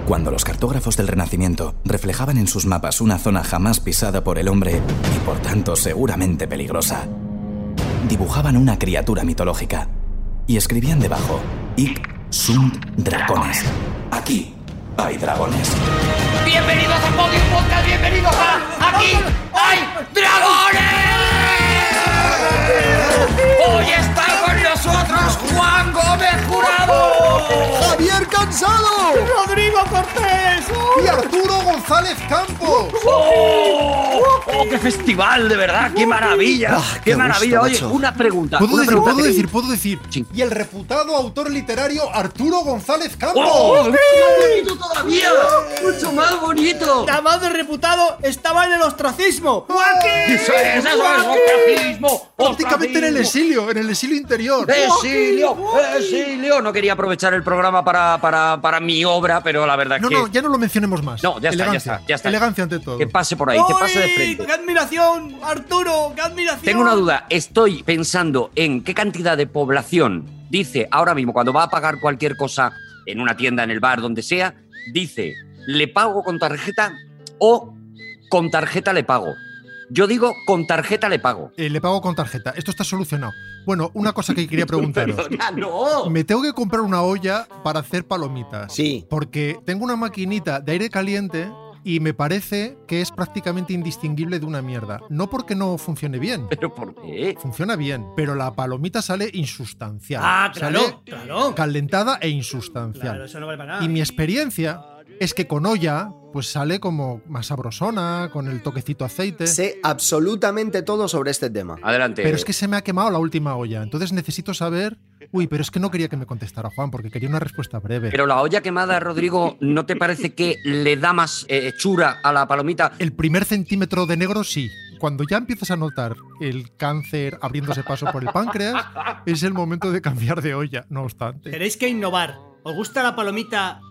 Cuando los cartógrafos del Renacimiento reflejaban en sus mapas una zona jamás pisada por el hombre y por tanto seguramente peligrosa, dibujaban una criatura mitológica y escribían debajo: Hic sunt dragones. Aquí hay dragones. Bienvenidos a Podium Podcast, bienvenidos a Aquí hay dragones. Hoy está con nosotros Juan Gómez Jurado, Javier Cansado, Rodrigo Cortés y Arturo González Campos. ¡Oh, qué festival, de verdad! ¡Qué maravilla! ¡Qué maravilla! gusto, Oye, macho. una pregunta. ¿Puedo decir? Sí. Y el reputado autor literario Arturo González Campos. ¡Oh, mucho más bonito todavía! ¡Mucho más bonito! Además de reputado, estaba en el ostracismo. ¡Eso es ostracismo! Prácticamente en el exilio interior. ¡Exilio! No quería aprovechar el programa para mi obra, pero la verdad es que... No, ya no lo mencionemos más. No, ya está, Elegancia. ya está. Elegancia ante todo. Que pase por ahí, que pase de frente. ¡Qué admiración, Arturo! ¡Qué admiración! Tengo una duda. Estoy pensando en qué cantidad de población dice ahora mismo, cuando va a pagar cualquier cosa en una tienda, en el bar, donde sea, dice, ¿le pago con tarjeta o con tarjeta le pago? Yo digo, con tarjeta le pago. Le pago con tarjeta. Esto está solucionado. Bueno, una cosa que quería preguntaros. Perdona, no. Me tengo que comprar una olla para hacer palomitas. Sí. Porque tengo una maquinita de aire caliente y me parece que es prácticamente indistinguible de una mierda. No porque no funcione bien. ¿Pero por qué? Funciona bien, pero la palomita sale insustancial. Ah, claro, Sale claro. calentada e insustancial. Claro, eso no vale para nada. Y mi experiencia es que con olla pues sale como más sabrosona, con el toquecito aceite. Sé absolutamente todo sobre este tema. Adelante. Pero es que se me ha quemado la última olla, entonces necesito saber... Uy, pero es que no quería que me contestara Juan, porque quería una respuesta breve. Pero la olla quemada, Rodrigo, ¿no te parece que le da más hechura a la palomita? El primer centímetro de negro sí. Cuando ya empiezas a notar el cáncer abriéndose paso por el páncreas, es el momento de cambiar de olla, no obstante. Tenéis que innovar. ¿Os gusta la palomita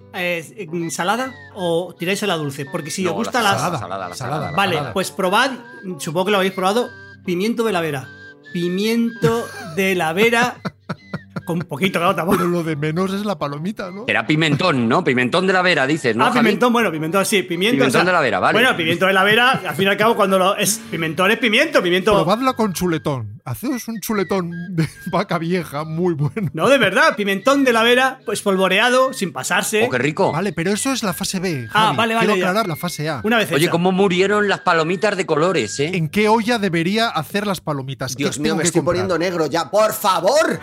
salada o tiráis a la dulce? Porque si No, os gusta la la... salada. Vale, salada. pues probad, supongo que lo habéis probado, pimiento de la Vera. Pimiento de la Vera con un poquito, claro, tampoco. Pero lo de menos es la palomita, ¿no? Era pimentón, ¿no? Pimentón de la Vera, dices, ¿no, Javi? Pimentón, bueno, pimentón sí, Pimentón de la Vera, vale. Bueno, pimiento de la Vera, al fin y al cabo, cuando pimentón es pimiento. Probadla con chuletón. Haceos un chuletón de vaca vieja muy bueno. No, de verdad, pimentón de la Vera, pues polvoreado, sin pasarse. ¡Oh, qué rico! Vale, pero eso es la fase B, Javi. vale, Quiero ya. aclarar la fase A. Una vez Oye, hecha. cómo murieron las palomitas de colores, ¿eh? ¿En qué olla debería hacer las palomitas? ¿Qué Dios mío, tengo me que estoy comprar? poniendo negro ya. ¡Por favor!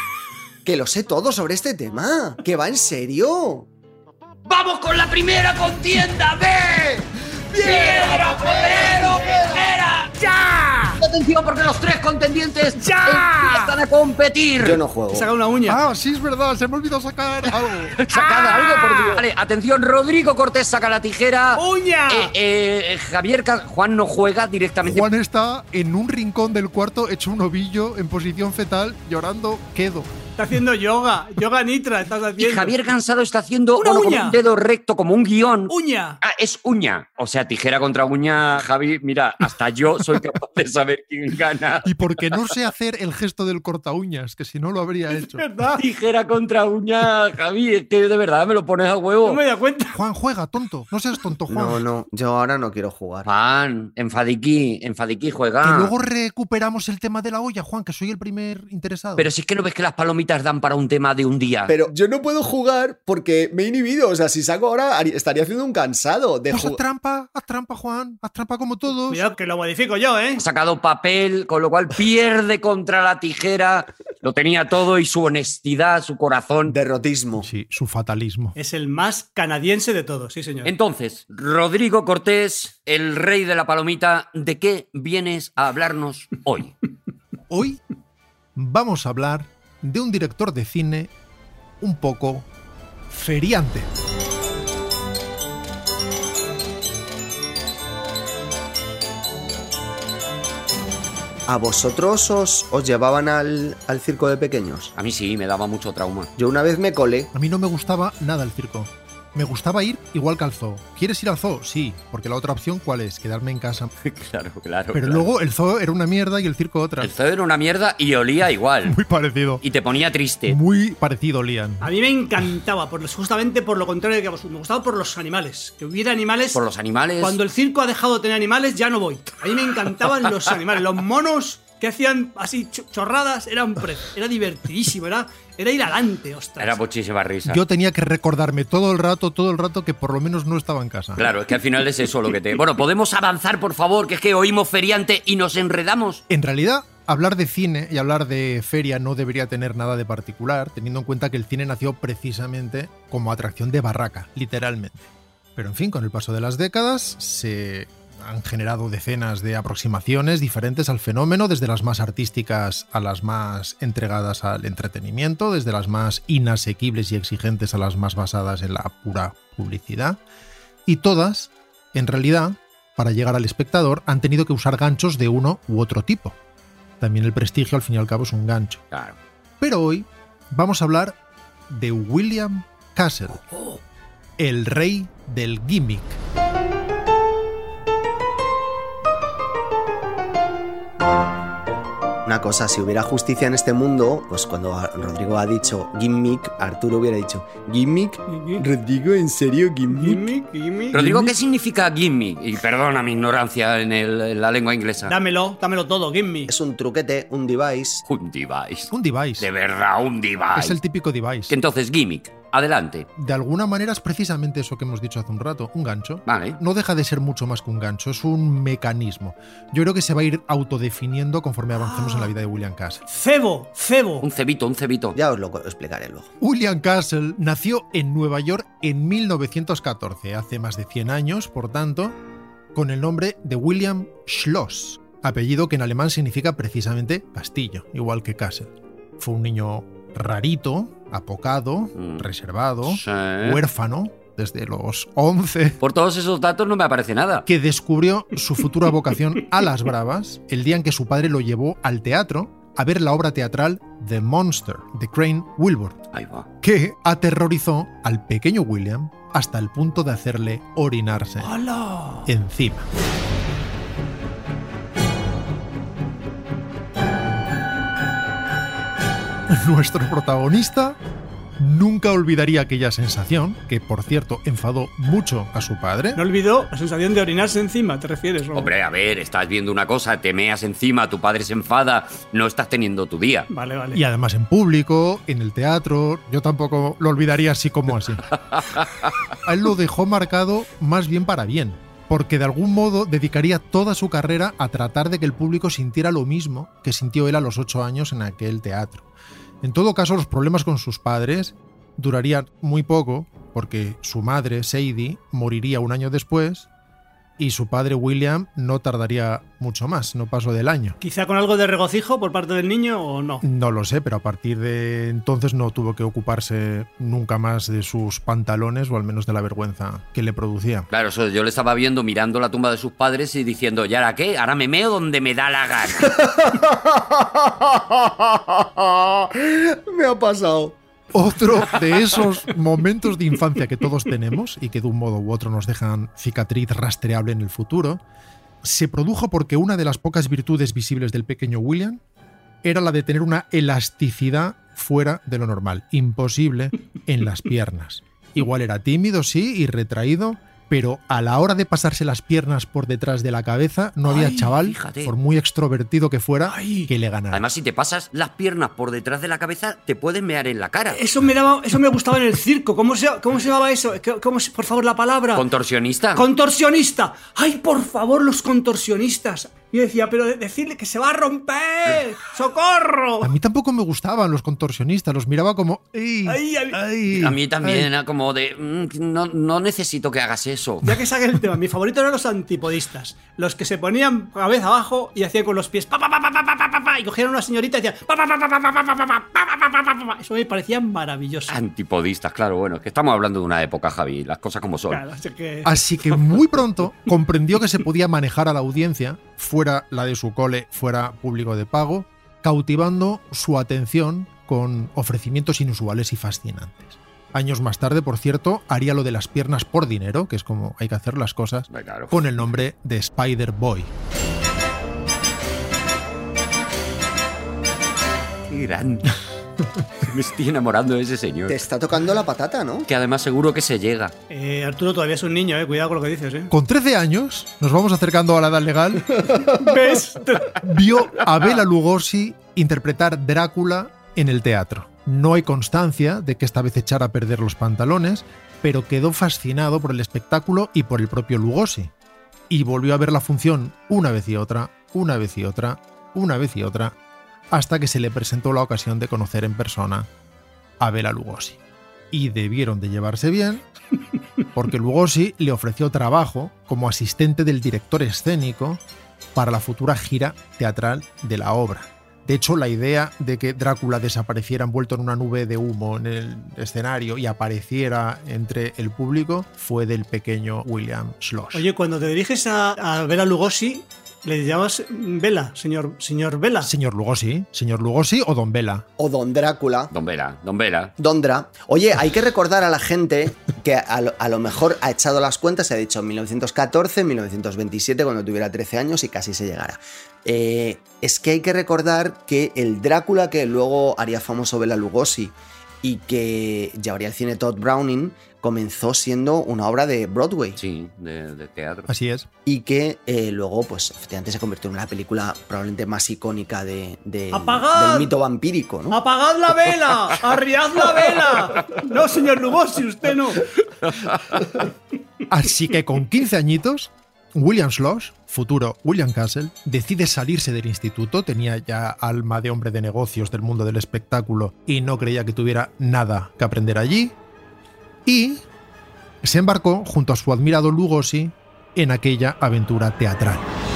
Que lo sé todo sobre este tema. Que va en serio. ¡Vamos con la primera contienda! ¡Ve! ¡Piedra, papel o tijera! ¡Ya! Atención, porque los tres contendientes empiezan a competir. Yo no juego. Saca una uña. Ah, sí, es verdad, se me olvidó sacar algo. Sacad algo, por Dios. Vale, atención, Rodrigo Cortés saca la tijera. ¡Uña! Juan no juega directamente. Juan está en un rincón del cuarto hecho un ovillo en posición fetal llorando quedo. Está haciendo yoga nitra, estás Y haciendo. Javier Cansado está haciendo ¡Una con uña! un dedo recto, como un guión. ¡Uña! Ah, es uña. O sea, tijera contra uña, Javi. Mira, hasta yo soy capaz de saber quién gana. Y porque no sé hacer el gesto del corta uñas, que si no lo habría hecho. ¿Verdad? Tijera contra uña, Javi. Es que de verdad me lo pones a huevo. No me da cuenta. Juan, juega, tonto. No seas tonto, Juan. No, yo ahora no quiero jugar. Juan, enfadiquí juega. Que luego recuperamos el tema de la olla, Juan, que soy el primer interesado. Pero si es que no ves que las palomitas dan para un tema de un día. Pero yo no puedo jugar porque me he inhibido. O sea, si saco ahora, estaría haciendo un cansado de Pues haz jugar. trampa, Juan. Haz trampa como todos. Cuidado, que lo modifico yo, ¿eh? Ha sacado papel, con lo cual pierde contra la tijera. Lo tenía todo y su honestidad, su corazón. Derrotismo. Sí, su fatalismo. Es el más canadiense de todos, sí, señor. Entonces, Rodrigo Cortés, el rey de la palomita, ¿de qué vienes a hablarnos hoy? Hoy vamos a hablar de un director de cine un poco feriante. ¿A vosotros os llevaban al circo de pequeños? A mí sí, me daba mucho trauma. Yo una vez me colé. A mí no me gustaba nada el circo. Me gustaba ir igual que al zoo. ¿Quieres ir al zoo? Sí, porque la otra opción, ¿cuál es? Quedarme en casa. Claro. Pero luego el zoo era una mierda y el circo otra. El zoo era una mierda y olía igual. Muy parecido. Y te ponía triste. Muy parecido olían. A mí me encantaba, justamente por lo contrario de que a vosotros. Me gustaba por los animales. Que hubiera animales. Por los animales. Cuando el circo ha dejado de tener animales, ya no voy. A mí me encantaban los animales. Los monos que hacían así chorradas, era divertidísimo, era hilarante, ostras. Era muchísima risa. Yo tenía que recordarme todo el rato que por lo menos no estaba en casa. Claro, es que al final es eso lo que te... Bueno, ¿podemos avanzar, por favor? Que es que oímos feriante y nos enredamos. En realidad, hablar de cine y hablar de feria no debería tener nada de particular, teniendo en cuenta que el cine nació precisamente como atracción de barraca, literalmente. Pero en fin, con el paso de las décadas se han generado decenas de aproximaciones diferentes al fenómeno, desde las más artísticas a las más entregadas al entretenimiento, desde las más inasequibles y exigentes a las más basadas en la pura publicidad. Y todas, en realidad, para llegar al espectador, han tenido que usar ganchos de uno u otro tipo. También el prestigio, al fin y al cabo, es un gancho. Claro. Pero hoy vamos a hablar de William Castle, el rey del gimmick. Una cosa, si hubiera justicia en este mundo, pues cuando Rodrigo ha dicho gimmick, Arturo hubiera dicho gimmick. Rodrigo, ¿en serio gimmick? Rodrigo, ¿qué significa gimmick? Y perdona mi ignorancia en la lengua inglesa. Dámelo todo, give me. Es un truquete, un device. Un device. Un device. De verdad, un device. Es el típico device. Entonces, gimmick. Adelante. De alguna manera es precisamente eso que hemos dicho hace un rato, un gancho. Vale. No deja de ser mucho más que un gancho, es un mecanismo. Yo creo que se va a ir autodefiniendo conforme avancemos en la vida de William Castle. Cebo. Un cebito. Ya os lo explicaré luego. William Castle nació en Nueva York en 1914, hace más de 100 años, por tanto, con el nombre de William Schloss, apellido que en alemán significa precisamente castillo, igual que Castle. Fue un niño rarito, apocado, reservado, Sí. huérfano, desde los 11, Por todos esos datos no me aparece nada. que descubrió su futura vocación a las bravas el día en que su padre lo llevó al teatro a ver la obra teatral The Monster, de Crane Wilbur, Ahí va. que aterrorizó al pequeño William hasta el punto de hacerle orinarse ¡Hala! encima. Nuestro protagonista nunca olvidaría aquella sensación, que por cierto enfadó mucho a su padre. No olvidó la sensación de orinarse encima, ¿te refieres? ¿O? Hombre, a ver, estás viendo una cosa, te meas encima, tu padre se enfada, no estás teniendo tu día. Vale. Y además en público, en el teatro, yo tampoco lo olvidaría así como así. A él lo dejó marcado más bien para bien, porque de algún modo dedicaría toda su carrera a tratar de que el público sintiera lo mismo que sintió él a los 8 años en aquel teatro. En todo caso, los problemas con sus padres durarían muy poco, porque su madre, Sadie, moriría un año después y su padre, William, no tardaría mucho más, no pasó del año. ¿Quizá con algo de regocijo por parte del niño o no? No lo sé, pero a partir de entonces no tuvo que ocuparse nunca más de sus pantalones, o al menos de la vergüenza que le producía. Claro, eso yo le estaba viendo mirando la tumba de sus padres y diciendo, ¿y ahora qué? Ahora me meo donde me da la gana. Me ha pasado. Otro de esos momentos de infancia que todos tenemos y que de un modo u otro nos dejan cicatriz rastreable en el futuro, se produjo porque una de las pocas virtudes visibles del pequeño William era la de tener una elasticidad fuera de lo normal, imposible en las piernas. Igual era tímido, sí, y retraído, pero a la hora de pasarse las piernas por detrás de la cabeza no había chaval, fíjate. por muy extrovertido que fuera, que le ganara. Además, si te pasas las piernas por detrás de la cabeza, te puedes mear en la cara. Eso me gustaba en el circo. ¿Cómo se llamaba eso? Por favor, la palabra. ¿Contorsionista? ¡Contorsionista! ¡Ay, por favor, los contorsionistas! Y yo decía, pero decirle que se va a romper. ¡Socorro! A mí tampoco me gustaban los contorsionistas, los miraba como... ¡Ay! Ay, ¡Ay! A mí también ay! era como de, no necesito que hagas eso. Ya que saqué el tema, mi favorito eran los antipodistas. Los que se ponían cabeza abajo y hacían con los pies pa, pa, pa, pa, pa, pa, pa, pa, y cogían a una señorita y decían pa, pa, pa, pa, pa, pa, pa, pa, pa, pa, pa, pa, pa, pa. Eso me parecía maravilloso. Antipodistas, claro, bueno, es que estamos hablando de una época, Javi, las cosas como son. Claro, Así que muy pronto comprendió que se podía manejar a la audiencia, fuera la de su cole, fuera público de pago, cautivando su atención con ofrecimientos inusuales y fascinantes. Años más tarde, por cierto, haría lo de las piernas por dinero, que es como hay que hacer las cosas, Claro. con el nombre de Spider-Boy. Qué grande. Me estoy enamorando de ese señor. Te está tocando la patata, ¿no? Que además seguro que se llega. Arturo todavía es un niño, cuidado con lo que dices, Con 13 años, nos vamos acercando a la edad legal, ¿Ves? vio a Bela Lugosi interpretar Drácula en el teatro. No hay constancia de que esta vez echara a perder los pantalones, pero quedó fascinado por el espectáculo y por el propio Lugosi. Y volvió a ver la función una vez y otra, una vez y otra, una vez y otra, hasta que se le presentó la ocasión de conocer en persona a Bela Lugosi. Y debieron de llevarse bien, porque Lugosi le ofreció trabajo como asistente del director escénico para la futura gira teatral de la obra. De hecho, la idea de que Drácula desapareciera envuelto en una nube de humo en el escenario y apareciera entre el público fue del pequeño William Schloss. Oye, cuando te diriges a Bela Lugosi, ¿le llamas Bela, señor Bela? Señor Lugosi o Don Bela. O Don Drácula. Don Vera. Dondra. Oye, hay que recordar a la gente que a lo mejor ha echado las cuentas, se ha dicho 1914, 1927, cuando tuviera 13 años y casi se llegara. Es que hay que recordar que el Drácula que luego haría famoso Bela Lugosi y que llevaría al cine Todd Browning comenzó siendo una obra de Broadway. Sí, de teatro. Así es. Y que luego, pues efectivamente se convirtió en una película probablemente más icónica del mito vampírico, ¿no? ¡Apagad la vela! ¡Arriad la vela! No, señor Lugosi, usted no. Así que con 15 añitos, William Schloss, futuro William Castle, decide salirse del instituto. Tenía ya alma de hombre de negocios del mundo del espectáculo y no creía que tuviera nada que aprender allí. Y se embarcó junto a su admirado Lugosi en aquella aventura teatral.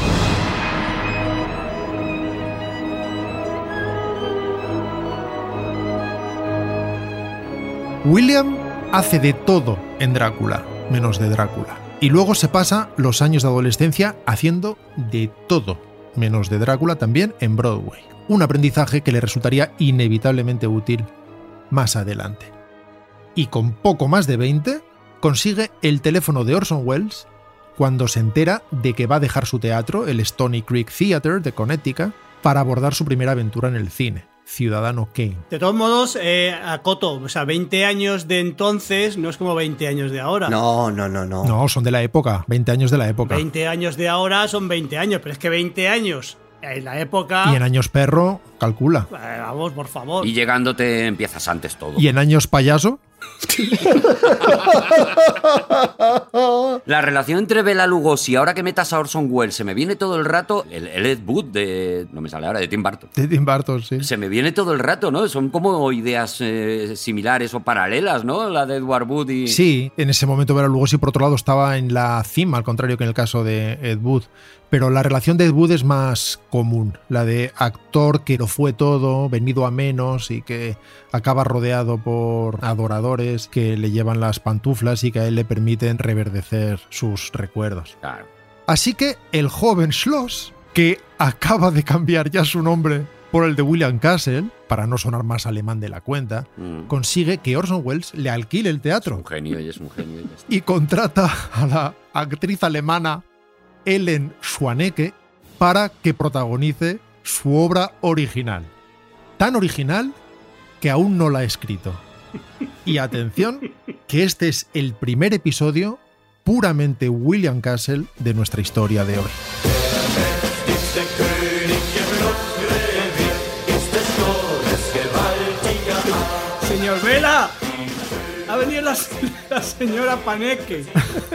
William hace de todo en Drácula, menos de Drácula. Y luego se pasa los años de adolescencia haciendo de todo, menos de Drácula, también en Broadway. Un aprendizaje que le resultaría inevitablemente útil más adelante. Y con poco más de 20, consigue el teléfono de Orson Welles cuando se entera de que va a dejar su teatro, el Stony Creek Theater de Connecticut, para abordar su primera aventura en el cine, Ciudadano Kane. De todos modos, acoto, o sea, 20 años de entonces no es como 20 años de ahora. No. No, son de la época, 20 años de la época. 20 años de ahora son 20 años, pero es que 20 años en la época... Y en años perro, calcula. Vamos, por favor. Y llegándote empiezas antes todo. Y en años payaso... La relación entre Bela Lugosi, ahora que metas a Orson Welles, se me viene todo el rato el Ed Wood de... no me sale ahora, de Tim Burton. De Tim Burton, sí. Se me viene todo el rato, ¿no? Son como ideas similares o paralelas, ¿no? La de Edward Wood y... Sí, en ese momento Bela Lugosi, por otro lado, estaba en la cima, al contrario que en el caso de Ed Wood. Pero la relación de Ed Wood es más común, la de actor que lo fue todo, venido a menos y que acaba rodeado por adoradores que le llevan las pantuflas y que a él le permiten reverdecer sus recuerdos. Claro. Así que el joven Schloss, que acaba de cambiar ya su nombre por el de William Castle, para no sonar más alemán de la cuenta, consigue que Orson Welles le alquile el teatro. Es un genio, y es un genio. Y contrata a la actriz alemana Ellen Schwanecke para que protagonice su obra original. Tan original que aún no la ha escrito. Y atención, que este es el primer episodio puramente William Castle de nuestra historia de hoy. ¡Señor Vela! Ha venido la señora Paneque.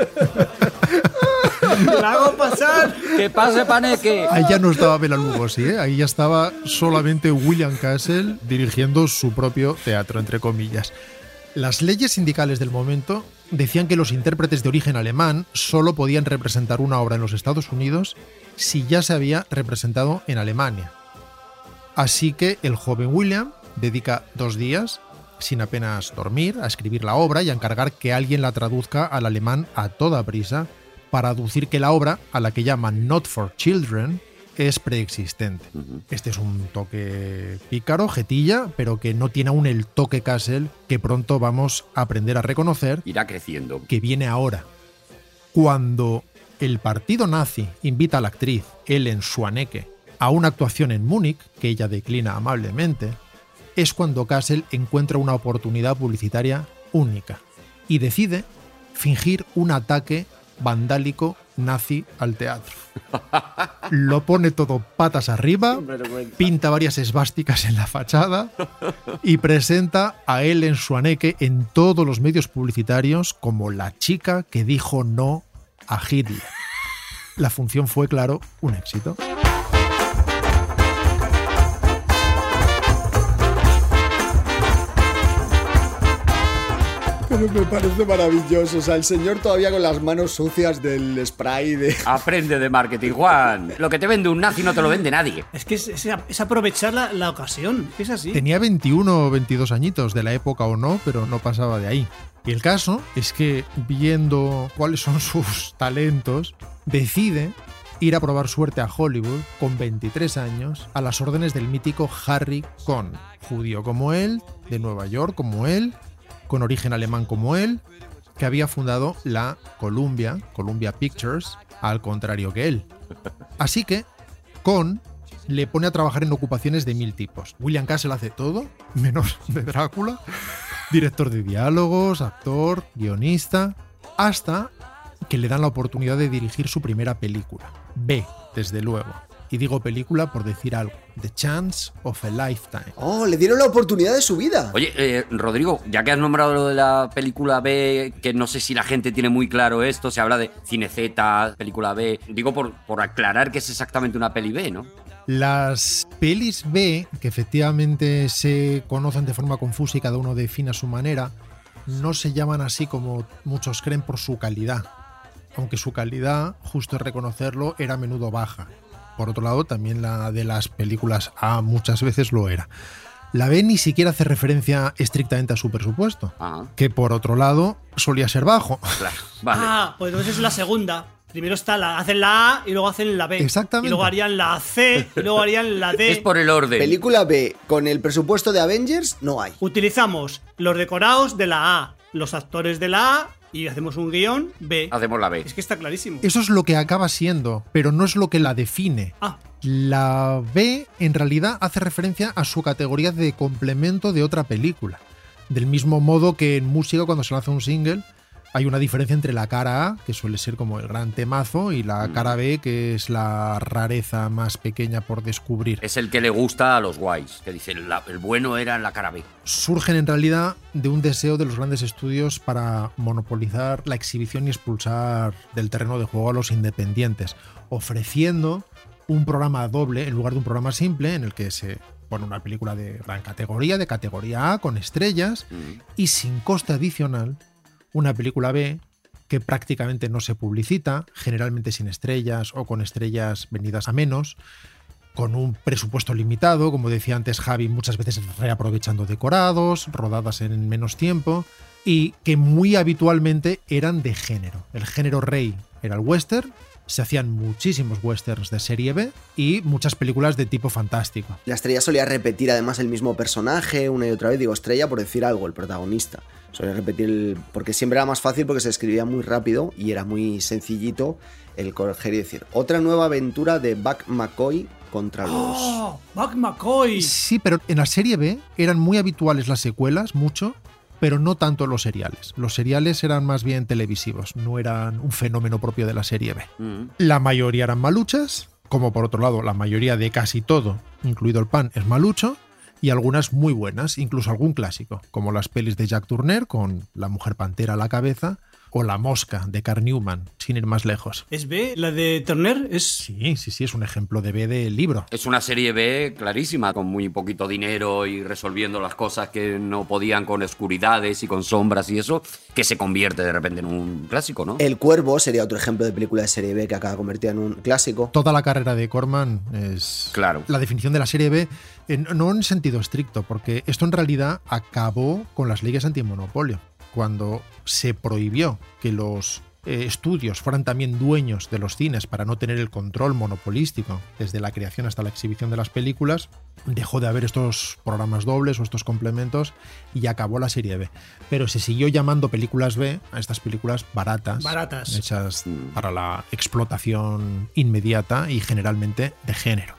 ¡La hago pasar! ¡Que pase, Paneque! Ahí ya no estaba Bela Lugosi, ¿eh? Ahí ya estaba solamente William Castle dirigiendo su propio teatro, entre comillas. Las leyes sindicales del momento decían que los intérpretes de origen alemán solo podían representar una obra en los Estados Unidos si ya se había representado en Alemania. Así que el joven William dedica 2 días, sin apenas dormir, a escribir la obra y a encargar que alguien la traduzca al alemán a toda prisa, para aducir que la obra, a la que llaman Not for Children, es preexistente. Este es un toque pícaro, jetilla, pero que no tiene aún el toque Castle que pronto vamos a aprender a reconocer, Irá creciendo. que viene ahora. Cuando el partido nazi invita a la actriz Ellen Schwanecke a una actuación en Múnich, que ella declina amablemente, es cuando Castle encuentra una oportunidad publicitaria única y decide fingir un ataque vandálico nazi al teatro. Lo pone todo patas arriba, pinta varias esvásticas en la fachada y presenta a Ellen Schwanecke en todos los medios publicitarios como la chica que dijo no a Hitler. La función fue, claro, un éxito. Pero me parece maravilloso. O sea, el señor todavía con las manos sucias del spray de... Aprende de marketing, Juan. Lo que te vende un nazi no te lo vende nadie. Es que es aprovechar la ocasión, es así. Tenía 21 o 22 añitos, de la época o no, pero no pasaba de ahí. Y el caso es que, viendo cuáles son sus talentos, decide ir a probar suerte a Hollywood con 23 años a las órdenes del mítico Harry Cohn, judío como él, de Nueva York como él, con origen alemán como él, que había fundado la Columbia Pictures, al contrario que él. Así que Cohn le pone a trabajar en ocupaciones de 1000 tipos. William Castle hace todo, menos de Drácula, director de diálogos, actor, guionista, hasta que le dan la oportunidad de dirigir su primera película. B, desde luego. Y digo película por decir algo. The Chance of a Lifetime. ¡Oh, le dieron la oportunidad de su vida! Oye, Rodrigo, ya que has nombrado lo de la película B, que no sé si la gente tiene muy claro esto, se habla de cine Z, película B. Digo por aclarar que es exactamente una peli B, ¿no? Las pelis B, que efectivamente se conocen de forma confusa y cada uno define a su manera, no se llaman así como muchos creen por su calidad. Aunque su calidad, justo es reconocerlo, era a menudo baja. Por otro lado, también la de las películas A muchas veces lo era. La B ni siquiera hace referencia estrictamente a su presupuesto, que por otro lado solía ser bajo. Claro, vale. Pues entonces es la segunda. Primero hacen la A y luego hacen la B. Exactamente. Y luego harían la C y luego harían la D. Es por el orden. Película B con el presupuesto de Avengers no hay. Utilizamos los decorados de la A, los actores de la A y hacemos un guión B. Hacemos la B. Es que está clarísimo. Eso es lo que acaba siendo, pero no es lo que la define. La B en realidad hace referencia a su categoría de complemento de otra película. Del mismo modo que en música, cuando se lanza un single, hay una diferencia entre la cara A, que suele ser como el gran temazo, y la cara B, que es la rareza más pequeña por descubrir. Es el que le gusta a los guays, que dicen el bueno era en la cara B. Surgen en realidad de un deseo de los grandes estudios para monopolizar la exhibición y expulsar del terreno de juego a los independientes, ofreciendo un programa doble en lugar de un programa simple en el que se pone una película de gran categoría, de categoría A, con estrellas, y sin coste adicional, una película B que prácticamente no se publicita, generalmente sin estrellas o con estrellas venidas a menos, con un presupuesto limitado, como decía antes Javi, muchas veces reaprovechando decorados, rodadas en menos tiempo, y que muy habitualmente eran de género. El género rey era el western, se hacían muchísimos westerns de serie B y muchas películas de tipo fantástico. La estrella solía repetir además el mismo personaje una y otra vez. Digo, estrella por decir algo, el protagonista. Solía repetir porque siempre era más fácil porque se escribía muy rápido y era muy sencillito el coger y decir otra nueva aventura de Buck McCoy contra los... ¡Oh! ¡Buck McCoy! Sí, pero en la serie B eran muy habituales las secuelas, mucho, pero no tanto los seriales. Los seriales eran más bien televisivos, no eran un fenómeno propio de la serie B. La mayoría eran maluchas, como por otro lado la mayoría de casi todo, incluido el pan, es malucho, y algunas muy buenas, incluso algún clásico, como las pelis de Jack Turner con La Mujer Pantera a la cabeza, o La Mosca de Carl Newman, sin ir más lejos. ¿Es B? ¿La de Turner? Sí, es un ejemplo de B del libro. Es una serie B clarísima, con muy poquito dinero y resolviendo las cosas que no podían con oscuridades y con sombras y eso, que se convierte de repente en un clásico, ¿no? El Cuervo sería otro ejemplo de película de serie B que acaba convertida en un clásico. Toda la carrera de Corman es claro. La definición de la serie B, no en sentido estricto, porque esto en realidad acabó con las leyes antimonopolio. Cuando se prohibió que los estudios fueran también dueños de los cines para no tener el control monopolístico desde la creación hasta la exhibición de las películas, dejó de haber estos programas dobles o estos complementos y acabó la serie B. Pero se siguió llamando películas B a estas películas baratas, hechas para la explotación inmediata y generalmente de género.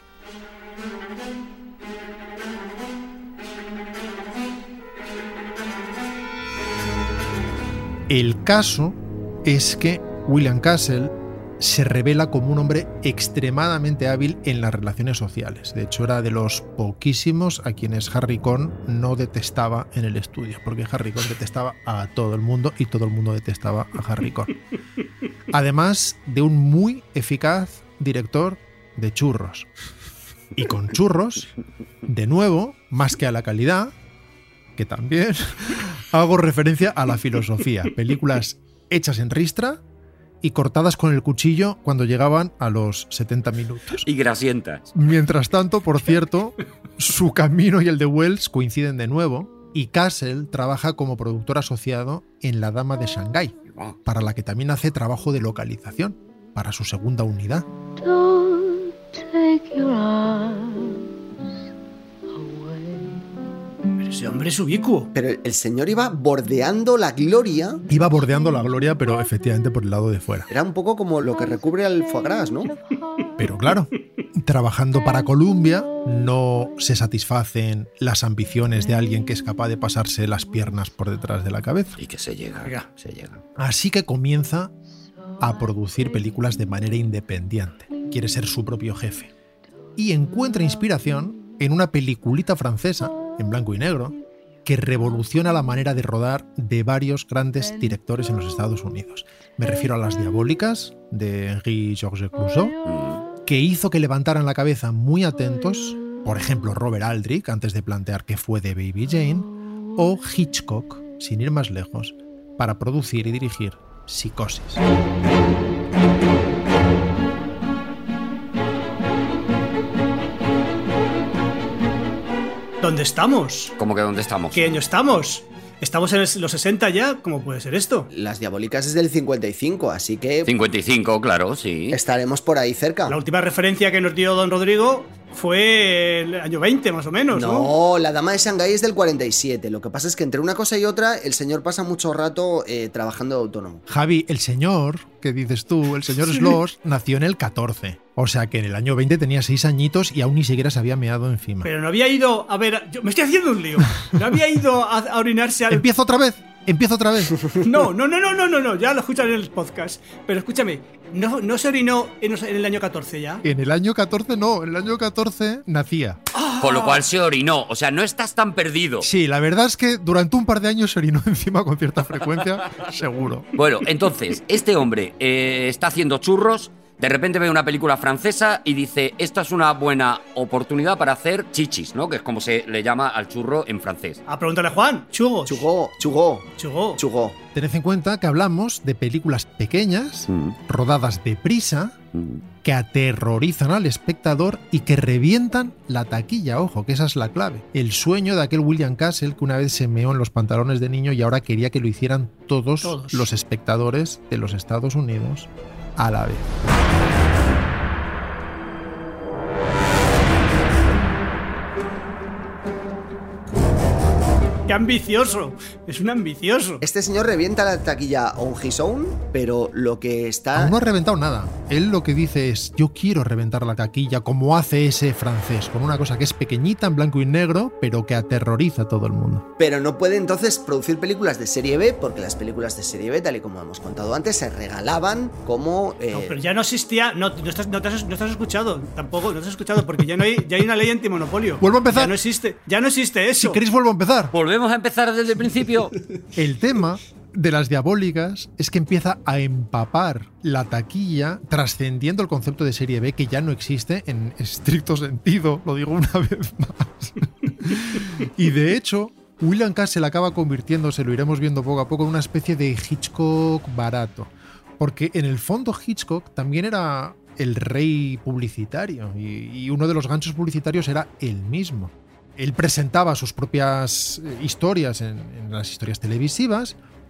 El caso es que William Castle se revela como un hombre extremadamente hábil en las relaciones sociales. De hecho, era de los poquísimos a quienes Harry Cohn no detestaba en el estudio, porque Harry Cohn detestaba a todo el mundo y todo el mundo detestaba a Harry Cohn. Además de un muy eficaz director de churros. Y con churros, de nuevo, más que a la calidad, que también hago referencia a la filosofía. Películas hechas en ristra y cortadas con el cuchillo cuando llegaban a los 70 minutos. Y grasientas. Mientras tanto, por cierto, su camino y el de Wells coinciden de nuevo y Castle trabaja como productor asociado en La Dama de Shanghái, para la que también hace trabajo de localización para su segunda unidad. Don't take your eyes. Ese hombre es ubicuo. Pero el señor iba bordeando la gloria. Iba bordeando la gloria, pero efectivamente por el lado de fuera. Era un poco como lo que recubre al foie gras, ¿no? Pero claro, trabajando para Columbia no se satisfacen las ambiciones de alguien que es capaz de pasarse las piernas por detrás de la cabeza. Y que se llega. Así que comienza a producir películas de manera independiente. Quiere ser su propio jefe. Y encuentra inspiración en una peliculita francesa, en blanco y negro, que revoluciona la manera de rodar de varios grandes directores en los Estados Unidos. Me refiero a Las Diabólicas, de Henri-Georges Clouzot, que hizo que levantaran la cabeza muy atentos, por ejemplo, Robert Aldrich, antes de plantear qué fue de Baby Jane, o Hitchcock, sin ir más lejos, para producir y dirigir Psicosis. ¿Dónde estamos? ¿Cómo que dónde estamos? ¿Qué año estamos? ¿Estamos en los 60 ya? ¿Cómo puede ser esto? Las Diabólicas es del 55, así que 55, claro, sí. estaremos por ahí cerca. La última referencia que nos dio don Rodrigo fue el año 20, más o menos, ¿no? No, La Dama de Shanghái es del 47. Lo que pasa es que entre una cosa y otra, el señor pasa mucho rato trabajando de autónomo. Javi, el señor, que dices tú, el señor Sloss, nació en el 14. O sea que en el año 20 tenía 6 añitos y aún ni siquiera se había meado encima. Pero no había ido a ver... Yo me estoy haciendo un lío. No había ido a orinarse al... ¿Empiezo otra vez? No, ya lo escuchan en el podcast. Pero escúchame, ¿no se orinó en el año 14 ya? En el año 14 no, en el año 14 nacía. Con lo cual se orinó. O sea, no estás tan perdido. Sí, la verdad es que durante un par de años se orinó encima con cierta frecuencia, seguro. Bueno, entonces, este hombre está haciendo churros. De repente ve una película francesa y dice, esta es una buena oportunidad para hacer chichis, ¿no? Que es como se le llama al churro en francés. Pregúntale a Juan. Chugos. Chugó. Tened en cuenta que hablamos de películas pequeñas, rodadas deprisa, que aterrorizan al espectador y que revientan la taquilla. Ojo, que esa es la clave. El sueño de aquel William Castle que una vez se meó en los pantalones de niño y ahora quería que lo hicieran todos. Los espectadores de los Estados Unidos a la vez. ¡Qué ambicioso! Es un ambicioso. Este señor revienta la taquilla on his own, pero lo que está... Aún no ha reventado nada. Él lo que dice es, yo quiero reventar la taquilla como hace ese francés, con una cosa que es pequeñita, en blanco y negro, pero que aterroriza a todo el mundo. Pero no puede entonces producir películas de serie B, porque las películas de serie B, tal y como hemos contado antes, se regalaban como... No, pero ya no existía... No te has escuchado. Tampoco, no te has escuchado, porque ya hay una ley antimonopolio. ¿Vuelvo a empezar? Ya no existe eso. Si queréis vuelvo a empezar. ¿Volvemos a empezar desde el principio? El tema de Las Diabólicas es que empieza a empapar la taquilla, trascendiendo el concepto de serie B, que ya no existe en estricto sentido, lo digo una vez más. Y de hecho, William Castle acaba convirtiéndose, lo iremos viendo poco a poco, en una especie de Hitchcock barato. Porque en el fondo Hitchcock también era el rey publicitario y uno de los ganchos publicitarios era él mismo. Él presentaba sus propias historias en las historias televisivas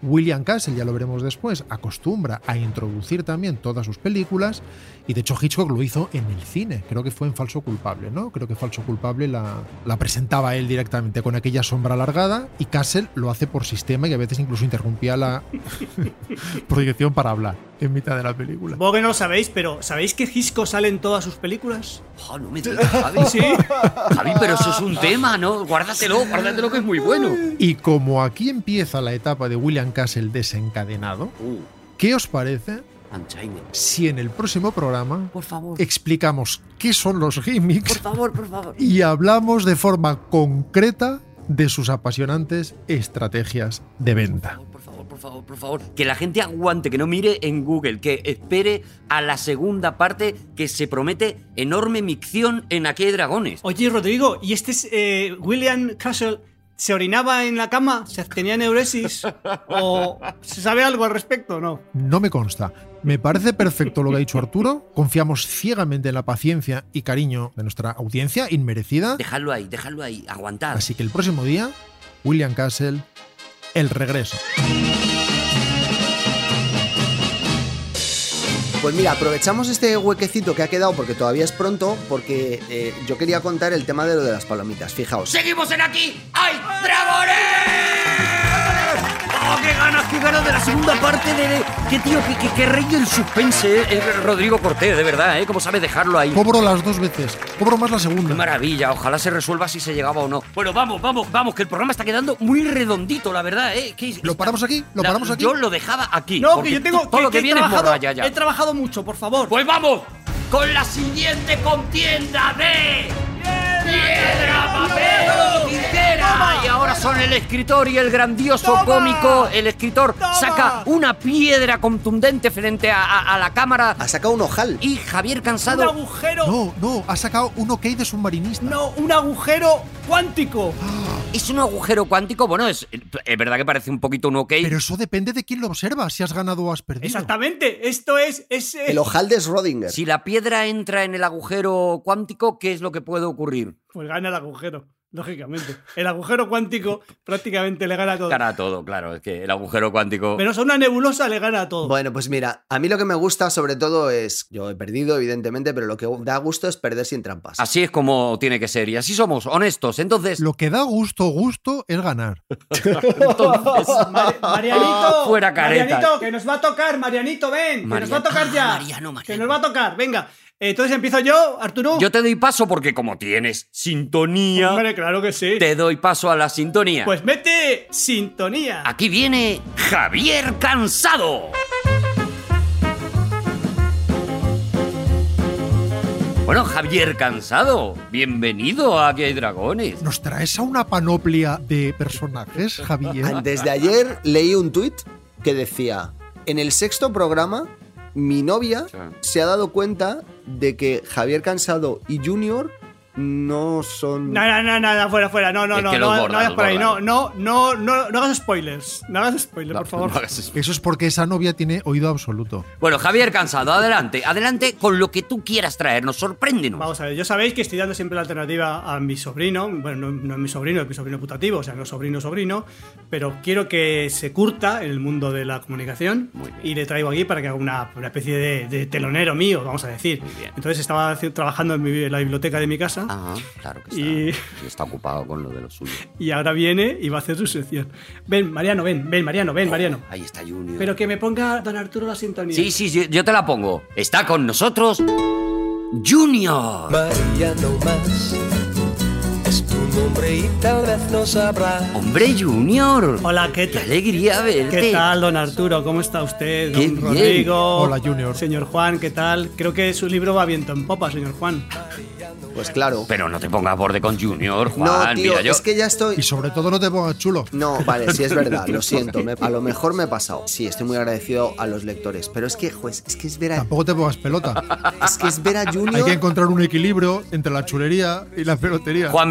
William Castle, ya lo veremos después, acostumbra a introducir también todas sus películas, y de hecho Hitchcock lo hizo en el cine, creo que fue en Falso Culpable, ¿no? Creo que Falso Culpable la presentaba él directamente con aquella sombra alargada, y Castle lo hace por sistema y a veces incluso interrumpía la proyección para hablar en mitad de la película. Supongo que no lo sabéis, pero ¿sabéis que Hitchcock sale en todas sus películas? Oh, no me digas, Javi. Sí. Javi, pero eso es un tema, ¿no? Guárdatelo que es muy bueno. Y como aquí empieza la etapa de William Castle desencadenado, ¿qué os parece Unchained. si en el próximo programa Por favor. explicamos qué son los gimmicks Por favor. y hablamos de forma concreta de sus apasionantes estrategias de venta? Por favor. Que la gente aguante, que no mire en Google, que espere a la segunda parte, que se promete enorme micción en Aquí hay dragones. Oye, Rodrigo, ¿y este es William Castle? ¿Se orinaba en la cama? ¿Se tenía neuresis? ¿O se sabe algo al respecto o no? No me consta. Me parece perfecto lo que ha dicho Arturo. Confiamos ciegamente en la paciencia y cariño de nuestra audiencia, inmerecida. Dejadlo ahí, aguantad. Así que el próximo día, William Castle, el regreso. Pues mira, aprovechamos este huequecito que ha quedado porque todavía es pronto, porque yo quería contar el tema de lo de las palomitas. Fijaos. ¡Seguimos en Aquí hay dragones! ¡Oh, qué ganas de la segunda parte de... ¡Qué tío, qué rey del suspense, Rodrigo Cortés, de verdad, ¿eh? ¿Cómo sabe dejarlo ahí? Cobro las 2 veces. Cobro más la ¡Qué segunda. maravilla! Ojalá se resuelva si se llegaba o no. Bueno, vamos, que el programa está quedando muy redondito, la verdad, ¿eh? ¿Lo paramos aquí? ¿Lo paramos aquí? Yo lo dejaba aquí. No, porque que yo tengo todo lo que he viene es trabajado, morralla ya. He trabajado mucho, por favor. Pues vamos con la siguiente contienda de piedra, papel o tijera. Y ahora son el escritor y el grandioso cómico. El escritor saca una piedra contundente frente a la cámara. Ha sacado un ojal. Y Javier Un Cansado. agujero. No, ha sacado un ok de submarinista. No, un agujero cuántico. ¿Es un agujero cuántico? Bueno, es verdad que parece un poquito un ok. Pero eso depende de quién lo observa, si has ganado o has perdido. Exactamente. Esto es El ojal de Schrödinger. Si la piedra entra en el agujero cuántico, ¿qué es lo que puede ocurrir? Pues gana el agujero, lógicamente. El agujero cuántico prácticamente le gana a todo. Gana a todo, claro. Es que el agujero cuántico... Menos a una nebulosa le gana a todo. Bueno, pues mira, a mí lo que me gusta sobre todo es... Yo he perdido, evidentemente, pero lo que da gusto es perder sin trampas. Así es como tiene que ser. Y así somos, honestos. Entonces... Lo que da gusto es ganar. entonces Marianito, fuera careta. Marianito, que nos va a tocar, Marianito, ven, que nos va a tocar ya. Mariano. Que nos va a tocar, venga. Entonces empiezo yo, Arturo. Yo te doy paso porque como tienes sintonía, Hombre, claro que sí. te doy paso a la sintonía. Pues mete sintonía. Aquí viene Javier Cansado. Bueno, Javier Cansado, bienvenido a Aquí hay dragones. ¿Nos traes a una panoplia de personajes, Javier? Antes de ayer leí un tuit que decía: en el 6º programa, mi novia se ha dado cuenta de que Javier Cansado y Junior no son... No, fuera. No Es que los bordas, vayas por ahí. los No hagas spoilers. No hagas spoilers, por favor. No hagas eso. Eso es porque esa novia tiene oído absoluto. Bueno, Javier Cansado, adelante con lo que tú quieras traernos, sorpréndenos. Vamos a ver, yo sabéis que estoy dando siempre la alternativa a mi sobrino. Bueno, no es mi sobrino, es mi sobrino putativo, o sea, no sobrino, pero quiero que se curta en el mundo de la comunicación. Muy bien. Y le traigo aquí para que haga una especie de telonero mío, vamos a decir. Muy bien. Entonces estaba trabajando en la biblioteca de mi casa. Ah, claro que está. Y- Sí, está ocupado con lo de lo suyo. Y ahora viene y va a hacer su sección. Ven, Mariano. Ahí está Junior. Pero que me ponga don Arturo la sintonía. Sí, yo te la pongo. Está con nosotros Junior. María no más es tu nombre y tal vez no sabrás. Hombre, Junior. Hola, ¿qué Qué tal? alegría verte. ¿Qué tal, don Arturo? ¿Cómo está usted? Qué Don bien. Rodrigo. Hola, Junior. Señor Juan, ¿qué tal? Creo que su libro va viento en popa, señor Juan. Pues claro. Pero no te pongas borde con Junior, Juan. No, tío, Mira, yo... es que ya estoy... Y sobre todo no te pongas chulo. No, vale, sí es verdad, lo siento. A lo mejor me he pasado. Sí, estoy muy agradecido a los lectores. Pero es que, juez, es que es ver a Pelota. Hay que Hay que Junior. encontrar un equilibrio entre la chulería y la pelotería. Juan, mira, méate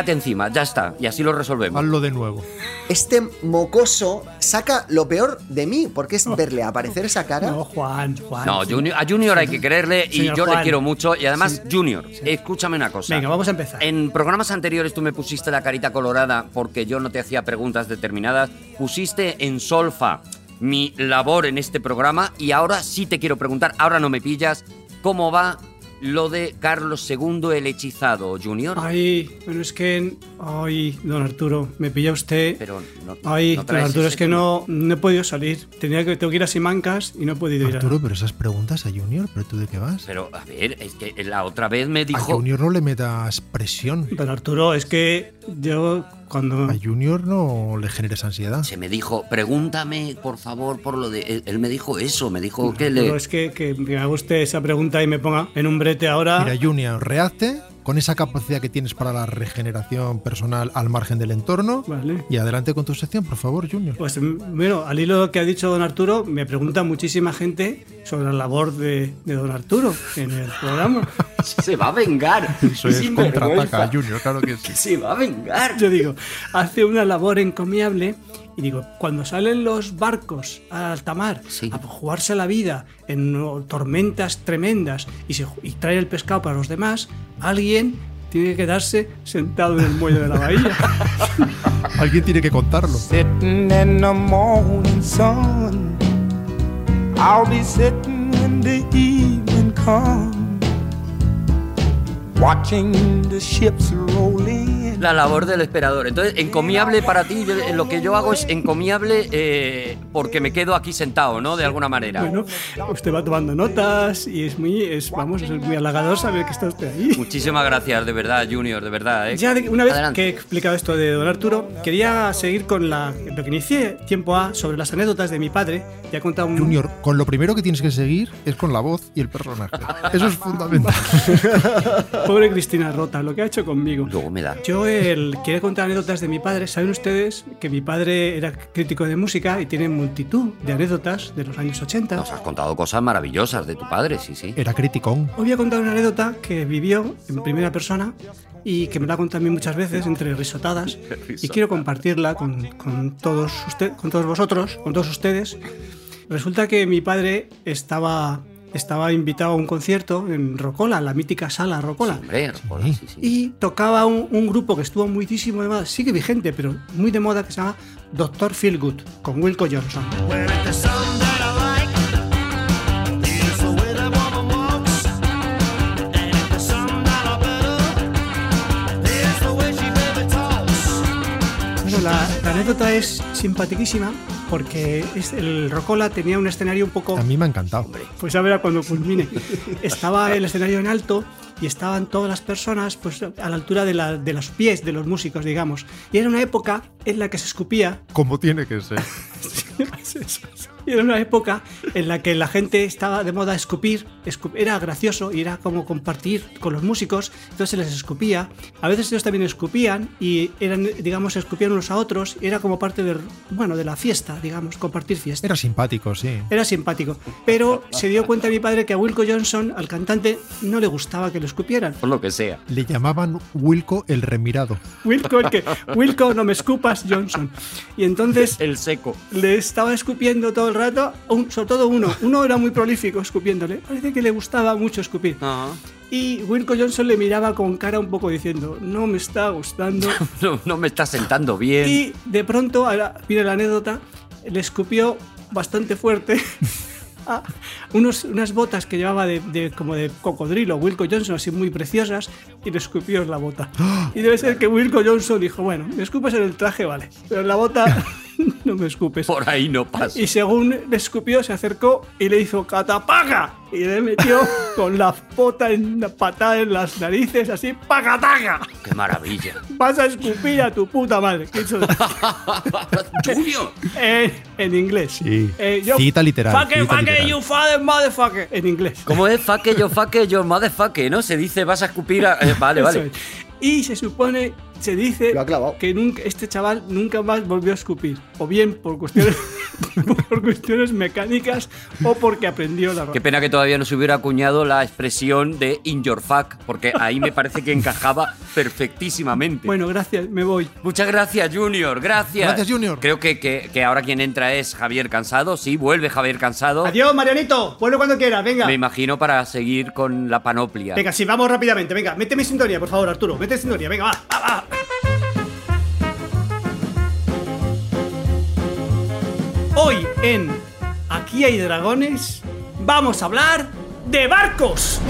quite encima, ya está, y así lo resolvemos. Hazlo de nuevo. Este mocoso saca lo peor de mí, porque es verle aparecer esa cara. No, Juan. No, a Junior hay que quererle y Señor yo le Juan. quiero mucho. Y además, Junior, escúchame una cosa. Venga, vamos a empezar. En programas anteriores tú me pusiste la carita colorada porque yo no te hacía preguntas determinadas. Pusiste en solfa mi labor en este programa y ahora sí te quiero preguntar, ahora no me pillas, ¿cómo va lo de Carlos II el hechizado, Junior? Ay, bueno, es que... Ay, don Arturo, me pilla usted... Pero Ay, no don traes Arturo, ese es que no he podido salir. Tengo que ir a Simancas y no he podido ir. Arturo, pero esas preguntas a Junior, ¿pero tú de qué vas? Pero, a ver, es que la otra vez me A dijo... Junior no le metas presión. Don Arturo, es que yo cuando... A Junior no le generes ansiedad. Se me dijo, pregúntame, por favor, por lo de... Él me dijo eso, me dijo que Pero le... es que me haga usted esa pregunta y me ponga en un brete ahora... Mira, Junior, rehazte con esa capacidad que tienes para la regeneración personal al margen del entorno. Vale. Y adelante con tu sección, por favor, Junior. Pues bueno, al hilo que ha dicho don Arturo, me pregunta muchísima gente sobre la labor de don Arturo en el programa. Se va a vengar. Eso es Sinvergüenza. contraataca, Junior, claro que sí. Se va a vengar. Yo digo, hace una labor encomiable y digo, cuando salen los barcos a alta mar Sí. a jugarse la vida en tormentas tremendas y traer el pescado para los demás, alguien tiene que quedarse sentado en el muelle de la bahía. Alguien tiene que contarlo. Sitting in the morning sun, I'll be sitting when the evening comes, watching the ships roll in. La labor del esperador. Entonces, encomiable para ti, lo que yo hago es encomiable porque me quedo aquí sentado, ¿no? De alguna manera. Bueno, usted va tomando notas y es muy halagador saber que está usted ahí. Muchísimas gracias, de verdad, Junior, de verdad. Ya una vez Adelante. que he explicado esto de don Arturo, quería seguir con lo que inicié tiempo A sobre las anécdotas de mi padre. Ya he contado un... Junior, con lo primero que tienes que seguir es con la voz y el personaje. Eso es fundamental. Pobre Cristina Rota, lo que ha hecho conmigo. Luego me da. Yo quiero contar anécdotas de mi padre. ¿Saben ustedes que mi padre era crítico de música y tiene multitud de anécdotas de los años 80? Nos has contado cosas maravillosas de tu padre, sí, sí. Era criticón. Hoy voy a contar una anécdota que vivió en primera persona y que me la ha contado a mí muchas veces entre risotadas y quiero compartirla con todos vosotros, con todos ustedes. Resulta que mi padre estaba invitado a un concierto en Rocola, la mítica sala Rocola. Sí, hombre, hola, sí, sí. Y tocaba un grupo que estuvo muchísimo de moda, sigue vigente, pero muy de moda, que se llama Dr. Feelgood, con Wilco Johnson. Bueno, la anécdota es simpaticísima porque el Rocola tenía un escenario un poco... A mí me ha encantado. Pues ya verá cuando culmine. Estaba el escenario en alto y estaban todas las personas pues a la altura de los pies de los músicos, digamos. Y era una época en la que se escupía. Como tiene que ser. Y era una época en la que la gente estaba de moda escupir. Era gracioso y era como compartir con los músicos. Entonces se les escupía. A veces ellos también escupían y eran, digamos, escupían unos a otros. Era como parte de la fiesta, digamos, compartir fiesta. Era simpático, sí. Era simpático. Pero se dio cuenta mi padre que a Wilco Johnson, al cantante, no le gustaba que lo escupieran. Por lo que sea. Le llamaban Wilco el remirado. Wilco, no me escupas, Johnson. Y entonces El seco. le estaba escupiendo todo el rato, sobre todo uno. Uno era muy prolífico escupiéndole. Parece que le gustaba mucho escupir. Ajá. Y Wilco Johnson le miraba con cara un poco diciendo, no me está gustando. No me está sentando bien. Y de pronto, ahora viene la anécdota, le escupió bastante fuerte a unas botas que llevaba como de cocodrilo, Wilco Johnson, así muy preciosas, y le escupió en la bota. Y debe ser que Wilco Johnson dijo, bueno, me escupes en el traje, vale, pero en la bota no me escupes. Por ahí no pasa. Y según le escupió, se acercó y le hizo catapaga. Y le metió con la patada en las narices, así, pagataga. ¡Qué maravilla! Vas a escupir a tu puta madre. ¿Qué hizo? ¡Junior! En inglés. Sí. Yo- Cita literal. Fuck it, cita fuck it, literal. you father motherfucker. En inglés. ¿Cómo es? Fuck your motherfucker, ¿no? Se dice, vas a escupir a... Vale, Eso vale. es. Y se supone, se dice Lo ha clavado. que este chaval nunca más volvió a escupir. O bien por cuestiones por cuestiones mecánicas o porque aprendió la Qué pena que todavía no se hubiera acuñado la expresión de in your fuck, porque ahí me parece que encajaba perfectísimamente. Bueno, gracias, me voy. Muchas gracias, Junior, gracias. Gracias, Junior. Creo que ahora quien entra es Javier Cansado. Sí, vuelve Javier Cansado. Adiós, Marianito. Vuelve cuando quieras, venga. Me imagino para seguir con la panoplia. Venga, sí, vamos rápidamente. Venga, méteme sintonía, por favor, Arturo. Mete sintonía, venga, va. Hoy en Aquí hay dragones vamos a hablar de barcos.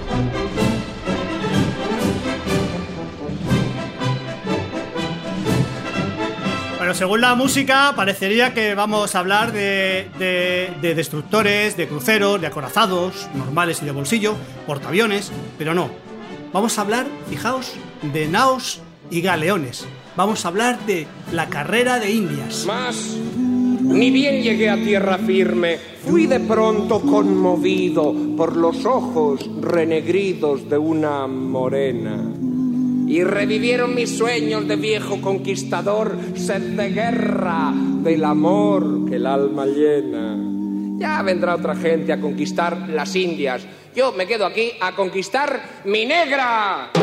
Bueno, según la música, parecería que vamos a hablar de destructores, de cruceros, de acorazados, normales y de bolsillo, portaaviones, pero no. Vamos a hablar, fijaos, de naos y galeones. Vamos a hablar de la carrera de Indias. Mas, ni bien llegué a tierra firme, fui de pronto conmovido por los ojos renegridos de una morena. Y revivieron mis sueños de viejo conquistador, sed de guerra, del amor que el alma llena. Ya vendrá otra gente a conquistar las Indias. Yo me quedo aquí a conquistar mi negra.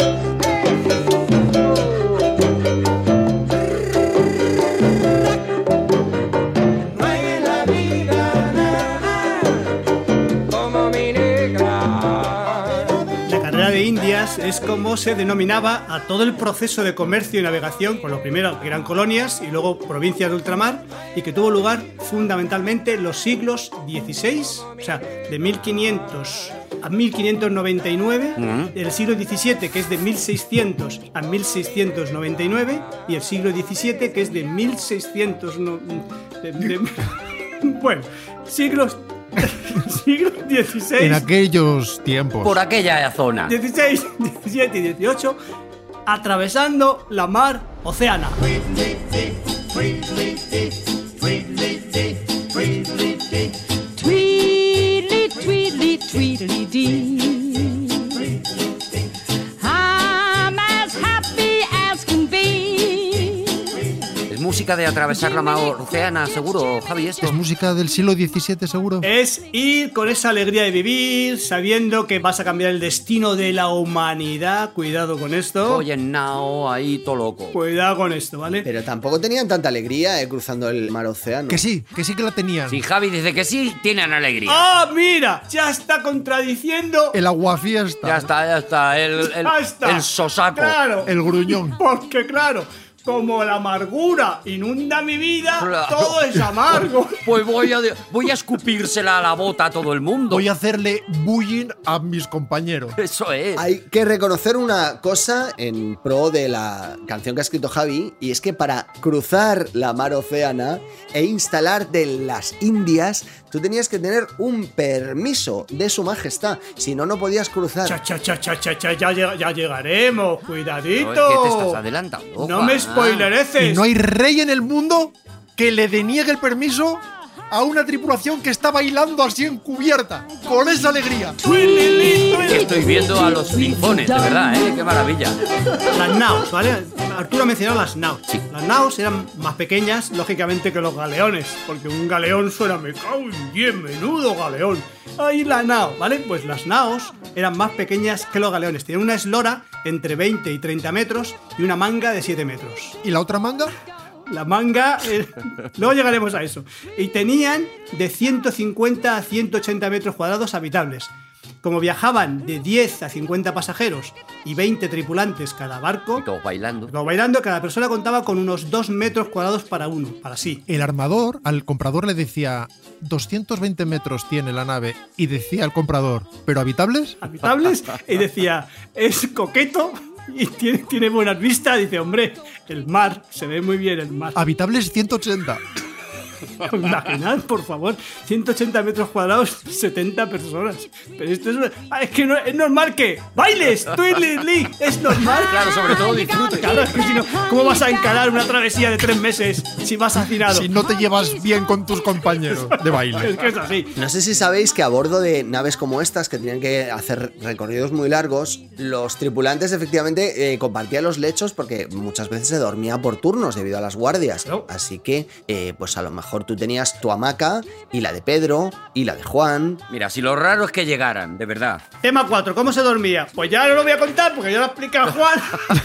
No hay en la vida nada como mi negra. La carrera de Indias es como se denominaba a todo el proceso de comercio y navegación con los primeros que eran colonias y luego provincias de ultramar y que tuvo lugar fundamentalmente en los siglos XVI, o sea, de 1500 a 1599, el siglo XVII que es de 1600 a 1699 y el siglo XVII que es de 1600... bueno, siglos XVI... En aquellos tiempos. Por aquella zona. 16, 17 y 18, atravesando la mar Océana. Tweedly, tweedly, tweedly dee. I'm as happy as can be. ¿Es música de atravesar la mar Océana, seguro, Javi, esto? ¿Es música del siglo XVII, seguro? Es ir con esa alegría de vivir, sabiendo que vas a cambiar el destino de la humanidad. Cuidado con esto. Oye, Nao, ahí todo loco. Cuidado con esto, ¿vale? Pero tampoco tenían tanta alegría cruzando el mar Océano. Que sí que la tenían. Si Javi dice que sí, tienen alegría. ¡Ah, mira! Ya está contradiciendo. El aguafiesta. Ya está. Ya está. El sosaco. Claro. El gruñón. Porque, claro, como la amargura inunda mi vida, Claro. todo es amargo. Pues voy a escupírsela a la bota a todo el mundo. Voy a hacerle bullying a mis compañeros. Eso es. Hay que reconocer una cosa en pro de la canción que ha escrito Javi, y es que para cruzar la mar Océana e instalarte en las Indias, tú tenías que tener un permiso de su majestad, si no, no podías cruzar. Ya llegaremos, cuidadito. No, es que te estás adelantando. No me Juan. spoilereces. Y no hay rey en el mundo que le deniegue el permiso a una tripulación que está bailando así encubierta, con esa alegría. Estoy viendo a los linfones, de verdad, ¿eh? Qué maravilla. Las naos, ¿vale? Arturo ha mencionado las naos. Sí. Las naos eran más pequeñas, lógicamente, que los galeones, porque un galeón suena, me cago en 10, menudo galeón. Ahí la nao, ¿vale? Pues las naos eran más pequeñas que los galeones. Tenían una eslora entre 20 y 30 metros y una manga de 7 metros. ¿Y la otra manga? La manga, luego llegaremos a eso. Y tenían de 150 a 180 metros cuadrados habitables. Como viajaban de 10 a 50 pasajeros y 20 tripulantes cada barco, Todos bailando. como bailando, cada persona contaba con unos 2 metros cuadrados para uno, para sí. El armador al comprador le decía 220 metros tiene la nave y decía al comprador, ¿pero habitables? Habitables, y decía, es coqueto y tiene buenas vistas. Dice, hombre, el mar, se ve muy bien el mar. Habitables 180. Imaginad, por favor, 180 metros cuadrados, 70 personas. Pero esto es que no, es normal que bailes, Twirly, es normal. Claro, sobre todo disfrute. Claro, es que si no, ¿cómo vas a encarar una travesía de 3 meses si vas hacinado? Si no te llevas bien con tus compañeros de baile. Es que es así. No sé si sabéis que a bordo de naves como estas, que tenían que hacer recorridos muy largos, los tripulantes efectivamente compartían los lechos porque muchas veces se dormía por turnos debido a las guardias. Claro. Así que, pues a lo mejor mejor tú tenías tu hamaca y la de Pedro y la de Juan. Mira, si lo raro es que llegaran, de verdad. Tema 4, ¿cómo se dormía? Pues ya no lo voy a contar porque ya lo ha explicado Juan.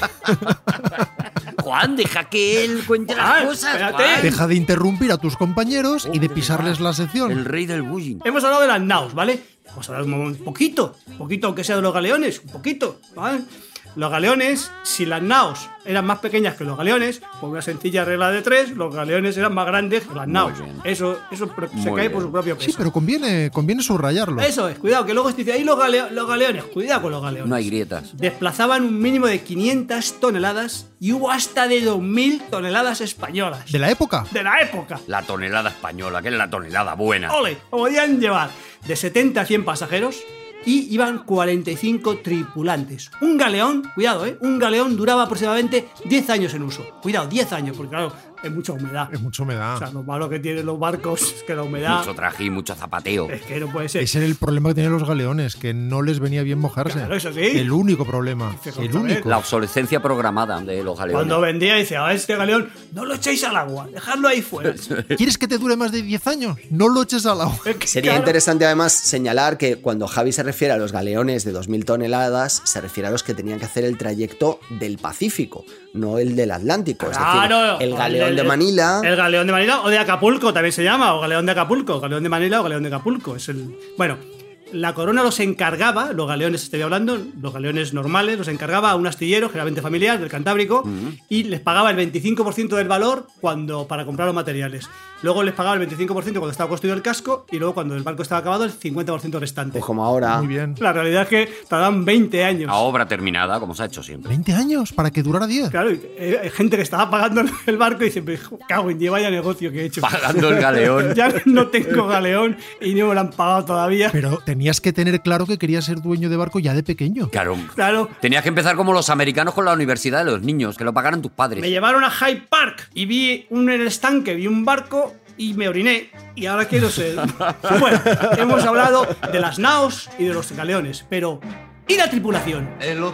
Juan, deja que él cuente las Juan, cosas. espérate. Juan. Deja de interrumpir a tus compañeros y de pisarles la sección. El rey del bullying. Hemos hablado de las naus, ¿vale? Vamos a hablar un poquito aunque sea de los galeones, un poquito, ¿vale? Los galeones, si las naos eran más pequeñas que los galeones, por una sencilla regla de 3, los galeones eran más grandes que las naos. bien. Eso se Muy cae bien. por su propio peso. Sí, pero conviene subrayarlo. Eso es, cuidado, que luego se dice ahí los galeones, cuidado con los galeones. No hay grietas. Desplazaban un mínimo de 500 toneladas y hubo hasta de 2.000 toneladas españolas. ¿De la época? De la época. La tonelada española, que es la tonelada buena. ¡Ole! Podían llevar de 70 a 100 pasajeros y iban 45 tripulantes. Un galeón, cuidado, un galeón duraba aproximadamente 10 años en uso. Cuidado, 10 años, porque claro, es mucha humedad. Es mucha humedad. O sea, lo malo que tienen los barcos es que la humedad Mucho trajín, mucho zapateo. es que no puede ser. Ese era el problema que tenían los galeones, que no les venía bien mojarse. Claro, eso sí. El único problema. Fíjate, El único. La obsolescencia programada de los galeones. Cuando vendía dice, a este galeón, no lo echéis al agua, dejadlo ahí fuera. ¿Quieres que te dure más de 10 años? No lo eches al agua. Es que, Sería claro, interesante además señalar que cuando Javi se refiere a los galeones de 2.000 toneladas, se refiere a los que tenían que hacer el trayecto del Pacífico, no el del Atlántico. Claro, es decir, el galeón de Manila. El galeón de Manila o de Acapulco también se llama, o galeón de Acapulco, galeón de Manila o galeón de Acapulco. Es el. Bueno, la corona los encargaba, los galeones estoy hablando, los galeones normales, los encargaba a un astillero, generalmente familiar, del Cantábrico, y les pagaba el 25% del valor para comprar los materiales. Luego les pagaba el 25% cuando estaba construido el casco y luego cuando el barco estaba acabado el 50% restante. Pues como ahora. Muy bien. La realidad es que tardan 20 años. A obra terminada, como se ha hecho siempre. 20 años para que durara 10. Claro, y hay gente que estaba pagando el barco y dice, "Me cago en Dios, vaya negocio que he hecho. Pagando el galeón. Ya no tengo galeón y no me lo han pagado todavía. Pero tenías que tener claro que querías ser dueño de barco ya de pequeño. Claro. Claro, Tenías que empezar como los americanos con la universidad de los niños, que lo pagaran tus me padres. llevaron a Hyde Park y vi en el estanque, vi un barco y me oriné. Y ahora quiero ser. Bueno, hemos hablado de las naos y de los galeones, pero ¿y la tripulación? El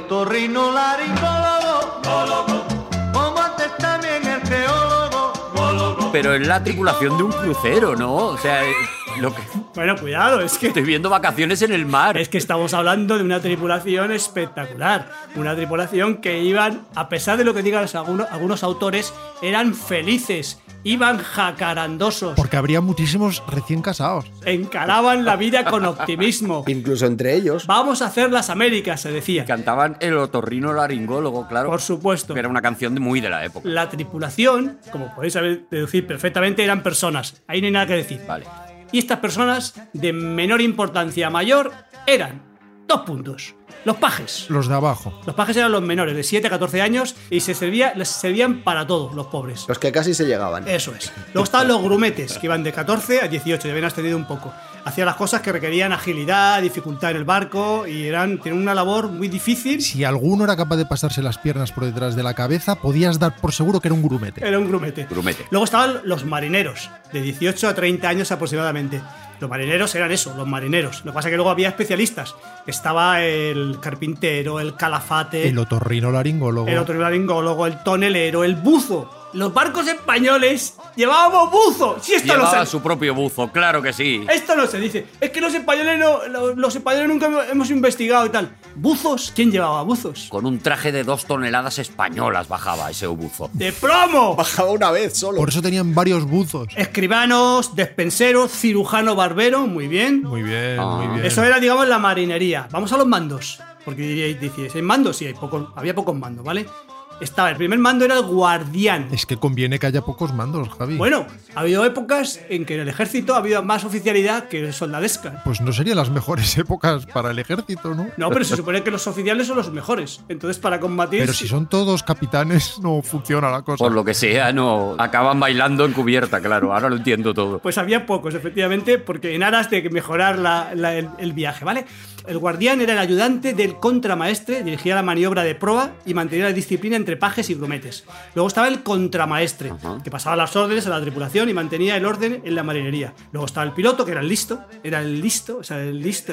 otorrinolaringólogo, como antes también el geólogo. Pero es la tripulación de un crucero, ¿no? O sea, lo que Bueno, cuidado, es que estoy viendo vacaciones en el mar. Es que estamos hablando de una tripulación espectacular. Una tripulación que iban, a pesar de lo que digan algunos autores, eran felices, iban jacarandosos, Porque habría muchísimos recién casados. encaraban la vida con optimismo. Incluso entre ellos. Vamos a hacer las Américas, se decía. Cantaban el otorrinolaringólogo, claro. Por supuesto. Que era una canción muy de la época. La tripulación, como podéis deducir perfectamente, eran personas. Ahí no hay nada que decir. Vale. Y estas personas, de menor importancia a mayor, eran 2 puntos. Los pajes. Los de abajo. Los pajes eran los menores, de 7 a 14 años, y les servían para todos, los pobres. Los que casi se llegaban. Eso es. Luego estaban los grumetes, que iban de 14 a 18, ya habían ascendido un poco. Hacían las cosas que requerían agilidad, dificultad en el barco, y tenían una labor muy difícil. Si alguno era capaz de pasarse las piernas por detrás de la cabeza, podías dar por seguro que era un grumete. Era un grumete. Grumete. Luego estaban los marineros, de 18 a 30 años aproximadamente. Los marineros eran eso, los marineros. Lo que pasa es que luego había especialistas. Estaba el carpintero, el calafate, El otorrinolaringólogo. el otorrinolaringólogo, el tonelero, el buzo. Los barcos españoles llevábamos buzo. Si esto no Llevaba se... su propio buzo, claro que sí. Esto no se dice. Es que los españoles nunca hemos investigado y tal. ¿Buzos? ¿Quién llevaba buzos? Con un traje de 2 toneladas españolas bajaba ese buzo. ¡De plomo! Bajaba una vez solo. Por eso tenían varios buzos. Escribanos, despenseros, cirujano barbero, muy bien. Muy bien, Ah. muy bien. Eso era, digamos, la marinería. Vamos a los mandos. Porque diríais, ¿hay mandos? Sí, había pocos mandos, ¿vale? El primer mando era el guardián. Es que conviene que haya pocos mandos, Javi. Bueno, ha habido épocas en que en el ejército ha habido más oficialidad que el soldadesca. Pues no serían las mejores épocas para el ejército, ¿no? No, pero se supone que los oficiales son los mejores. Entonces, para combatir... Pero si son todos capitanes, no funciona la cosa. Por lo que sea, no. Acaban bailando en cubierta, claro. Ahora lo entiendo todo. Pues había pocos, efectivamente, porque en aras de mejorar el viaje, ¿vale? El guardián era el ayudante del contramaestre, dirigía la maniobra de proa y mantenía la disciplina entre pajes y grumetes. Luego estaba el contramaestre, que pasaba las órdenes a la tripulación y mantenía el orden en la marinería. Luego estaba el piloto, que era el listo, o sea, el listo.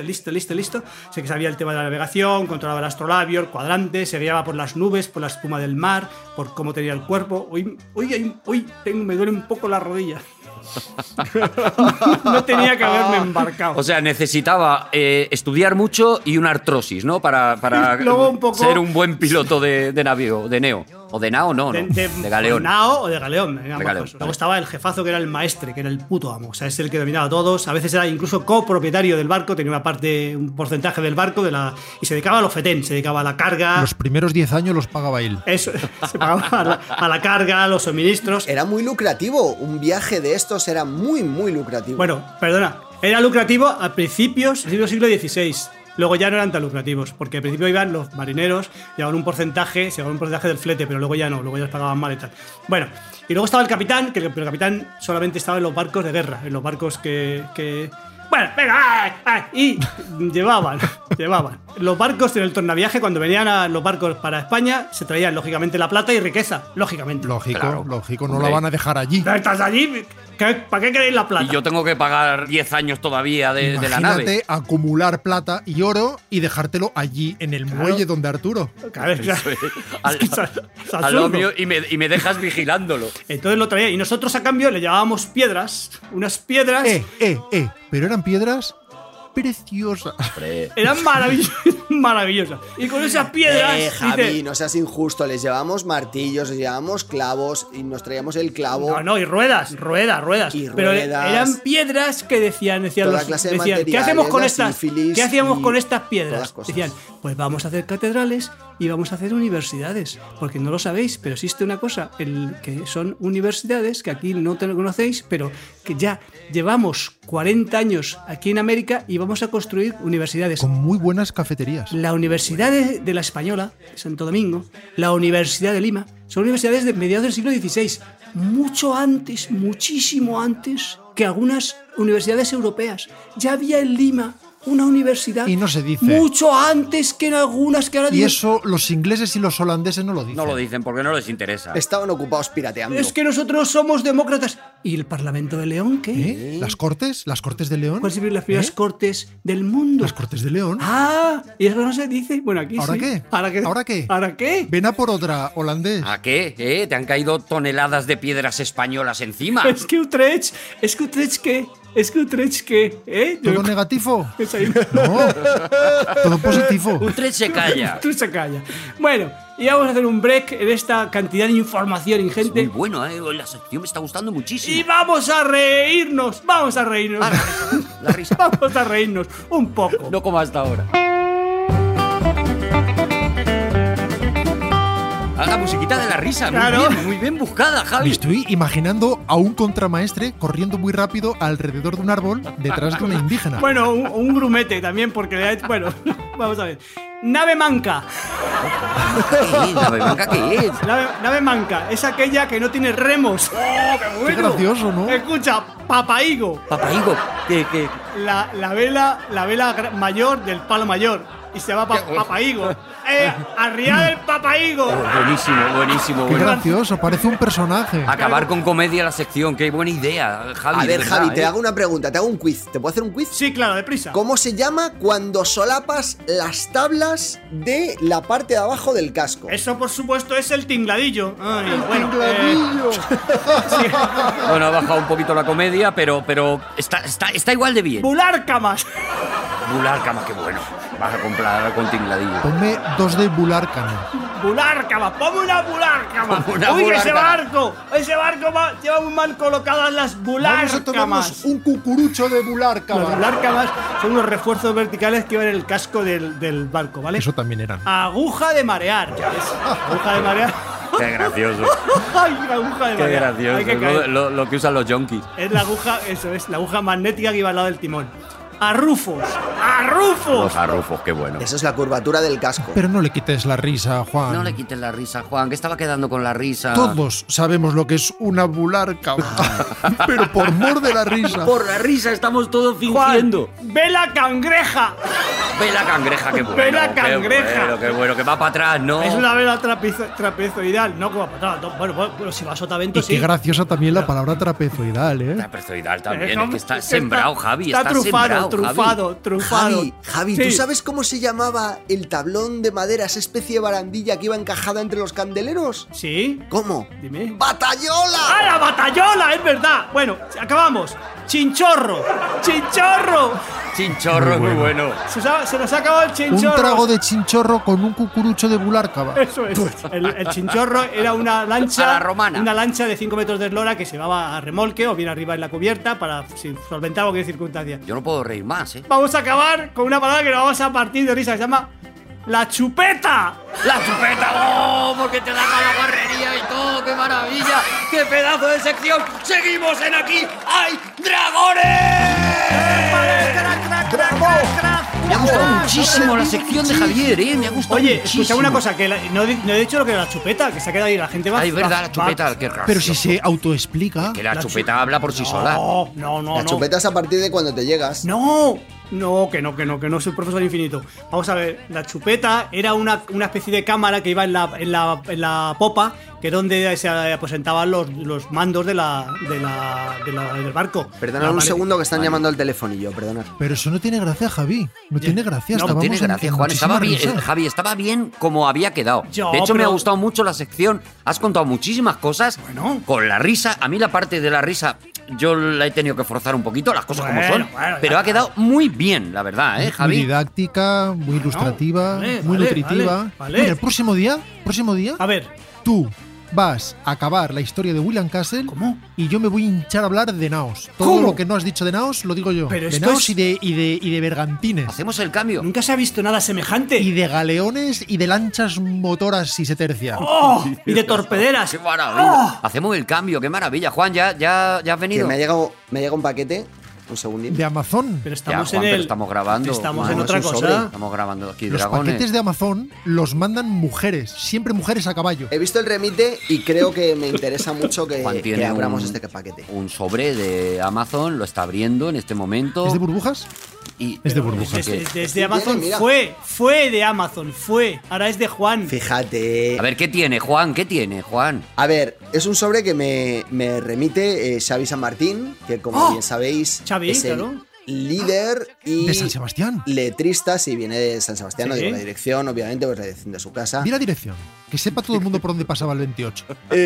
Sé que sabía el tema de la navegación, controlaba el astrolabio, el cuadrante, se guiaba por las nubes, por la espuma del mar, por cómo tenía el cuerpo. Hoy me duele un poco la rodilla. No tenía que haberme embarcado. O sea, necesitaba estudiar mucho y una artrosis, ¿no? Para Luego un poco- ser un buen piloto de navío, de neo. O de nao, no, de galeón. De nao o de galeón. En ambos galeón, casos. vale. Luego estaba el jefazo, que era el maestre, que era el puto amo. O sea, es el que dominaba a todos. A veces era incluso copropietario del barco, tenía un porcentaje del barco y se dedicaba a lo fetén, se dedicaba a la carga. Los primeros 10 años los pagaba él. Eso, se pagaba a la carga, a los suministros. Era muy lucrativo. Un viaje de estos era muy, muy lucrativo. Bueno, perdona, era lucrativo a principios del siglo XVI. Luego ya no eran tan lucrativos, porque al principio iban los marineros, llevaban un porcentaje, se llevaban un porcentaje del flete, pero luego ya no, luego ya les pagaban mal y tal. Bueno, y luego estaba el capitán, pero el capitán solamente estaba en los barcos de guerra, en los barcos que... Bueno, venga, y llevaban. Los barcos en el tornaviaje, cuando venían los barcos para España, se traían, lógicamente, la plata y riqueza, lógicamente. Lógico, Claro. lógico, no Hombre. la van a dejar allí. ¿Estás allí? ¿Para qué queréis la plata? Y yo tengo que pagar 10 años todavía de la nave. Imagínate acumular plata y oro y dejártelo allí, en el muelle donde Arturo. Claro, claro. Al, Es al absurdo. lomio y me dejas vigilándolo. Entonces lo traía y nosotros a cambio le llevábamos piedras, unas piedras Pero eran piedras preciosas. Hombre, eran maravillosas. Y con esas piedras Javi, dice, no seas injusto. Les llevamos martillos, les llevamos clavos y nos traíamos el clavo. no, y ruedas. Y Pero ruedas. eran piedras que decían Toda los, clase de decían, ¿qué hacemos materiales, con la estas? sífilis ¿Qué hacíamos y con estas todas piedras? las cosas. Decían, pues vamos a hacer catedrales y vamos a hacer universidades, porque no lo sabéis, pero existe una cosa, que son universidades que aquí no te lo conocéis, pero que ya llevamos 40 años aquí en América y vamos a construir universidades. Con muy buenas cafeterías. La Universidad de la Española, de Santo Domingo, la Universidad de Lima, son universidades de mediados del siglo XVI, mucho antes, muchísimo antes que algunas universidades europeas. Ya había en Lima una universidad Y no se dice. mucho antes que en algunas que ahora Y digo, eso los ingleses y los holandeses no lo dicen. no lo dicen porque no les interesa. Estaban ocupados pirateando. es que nosotros somos demócratas. ¿Y el Parlamento de León qué? ¿Eh? ¿Las Cortes? ¿Las Cortes de León? ¿Cuáles son las primeras ¿Eh? cortes del mundo? ¿Las Cortes de León? Ah, y eso no se dice. Bueno, aquí ¿Ahora sí. qué? ¿Ahora qué? ¿Ahora qué? ¿Ahora qué? Ven a por otra, holandés. ¿A qué? ¿Te han caído toneladas de piedras españolas encima? Es que Utrecht, ¿qué? ¿Todo negativo? Es ahí. No, todo positivo. Utrecht se calla. Tú se calla. Bueno, y vamos a hacer un break en esta cantidad de información Muy ingente. bueno, la sección me está gustando muchísimo. Y vamos a reírnos. Ah, la risa. Vamos a reírnos un poco. No como hasta ahora. La musiquita de la risa, Claro. muy bien buscada, Me Javi. estoy imaginando a un contramaestre corriendo muy rápido alrededor de un árbol detrás de una indígena. Bueno, un grumete también, porque bueno, vamos a ver. Nave manca. ¿Qué? ¿Nave manca qué es? Nave manca es aquella que no tiene remos. ¡Oh, qué bueno! Qué gracioso, ¿no? Escucha, papaigo. Papaigo, que La vela mayor del palo mayor. Y se llama papaigo. ¡Arriar el papaigo! buenísimo. Qué bueno. gracioso, parece un personaje. Acabar con comedia la sección, qué buena idea, Javi. A de ver, verdad, Javi, te ¿eh? hago una pregunta, te hago un quiz. ¿Te puedo hacer un quiz? Sí, claro, deprisa. ¿Cómo se llama cuando solapas las tablas de la parte de abajo del casco? Eso, por supuesto, es el tingladillo. Ay, bueno, ¡Tingladillo! sí. Bueno, ha bajado un poquito la comedia, pero está igual de bien. Bulárcamas. Bulárcama, qué bueno. Vas a comprar con tingladillo. Ponme 2 de Bulárcano. Bulárcama, ponme una bulárcama. Ponme una Uy, bulárcama. ese barco lleva muy mal colocadas las Vamos a bulárcamas. tomarnos un cucurucho de Las Bulárcama. bulárcamas son unos refuerzos verticales que van en el casco del barco, ¿vale? Eso también eran. Aguja de marear. Aguja de marear. Qué gracioso. Ay, la aguja de Qué marear. Hay que gracioso. caer. Lo que usan los yonkis. Es la aguja, eso es, la aguja magnética que iba al lado del timón. ¡Arrufos! ¡Arrufos! Los arrufos, qué bueno. Eso es la curvatura del casco. Pero no le quites la risa, Juan. No le quites la risa, Juan, que estaba quedando con la risa. Todos sabemos lo que es una Bulárcama. Pero por mor de la risa. Por la risa estamos todos Juan, fingiendo. ¡ve la cangreja! Ve la cangreja, qué bueno. Ve la cangreja. Qué bueno, que va para atrás, ¿no? Es una vela trapezoidal, no como para atrás. Bueno, pero si va a sotavento, Y sí. qué graciosa también la palabra trapezoidal, ¿eh? Trapezoidal también, no, es que está es que sembrado, Javi. Está trufado, sembrado, trufado. Javi, Sí. ¿tú sabes cómo se llamaba el tablón de madera, esa especie de barandilla que iba encajada entre los candeleros? ¿Sí? ¿Cómo? Dime. ¡Batayola! ¡Ah, la batayola! Es verdad. Bueno, acabamos. Chinchorro. Chinchorro es muy bueno. Se nos ha acabado el Un chinchorro. trago de chinchorro con un cucurucho de bulárcaba. Eso es. El chinchorro era una lancha. A la romana. Una lancha de 5 metros de eslora que se llevaba a remolque o bien arriba en la cubierta para solventar cualquier circunstancia. Yo no puedo reír más, ¿eh? Vamos a acabar con una palabra que nos vamos a partir de risa, que se llama la chupeta. ¡La chupeta! ¡Oh! Porque te da con la guarrería y todo. ¡Qué maravilla! ¡Qué pedazo de sección! ¡Seguimos en Aquí hay dragones! Me ha gustado muchísimo la sección de Javier, ¿eh? Me ha gustado Oye, muchísimo. escucha una cosa, que no he dicho lo que era la chupeta, que se ha quedado ahí la gente va. Ay, verdad, la chupeta, qué gracioso. Pero si se autoexplica. Que la chupeta habla por sí sola. No. La chupeta es a partir de cuando te llegas. No, que no soy profesor infinito. Vamos a ver, la chupeta era una especie de cámara que iba en la popa, que es donde se aposentaban los mandos del barco. Perdonad un segundo que están llamando al telefonillo, perdonad. Pero eso no tiene gracia, Javi. No tiene gracia. No Estábamos tiene gracia, Juan. Estaba bien, muchísima risa. Javi, estaba bien como había quedado. Yo, de hecho, me ha pero- gustado mucho la sección. Has contado muchísimas cosas. Bueno. Con la risa. A mí la parte de la risa yo la he tenido que forzar un poquito, las cosas como son. Bueno, pero ya ha quedado muy bien, la verdad, Muy Javi? didáctica, muy ilustrativa, muy nutritiva. vale. Mira, el próximo día, A ver, tú vas a acabar la historia de William Castle. ¿Cómo? Y yo me voy a hinchar a hablar de Naos. Todo ¿Cómo? lo que no has dicho de Naos lo digo yo. Pero de esto Naos es- y de bergantines. Hacemos el cambio. nunca se ha visto nada semejante. Y de galeones y de lanchas motoras y se tercia. ¡Oh! Y de torpederas. ¡Qué maravilla! Hacemos el cambio, qué maravilla. Juan, ¿ya has Que venido? me ha llegado un paquete. Un segundín. De Amazon. Pero Ya, estamos Juan, en pero el. estamos grabando. Estamos Juan, en no otra es un cosa. sobre. Estamos grabando aquí Los dragones. paquetes de Amazon los mandan mujeres. Siempre mujeres a caballo. He visto el remite y creo que me interesa mucho que, Juan tiene abramos un- este paquete. Un sobre de Amazon, lo está abriendo en este momento. ¿Es de burbujas? Y Es de burbujas. Desde Amazon mira. fue de Amazon, ahora es de Juan. Fíjate. A ver, ¿qué tiene, Juan? ¿Qué tiene, Juan? A ver, es un sobre que me remite Xavi San Martín, que como bien sabéis Xavi, es el claro. líder y De San Sebastián. letrista, si viene de San Sebastián, no Sí. digo la dirección, obviamente, pues la dirección de su casa. Di la dirección. Que sepa todo el mundo por dónde pasaba el 28.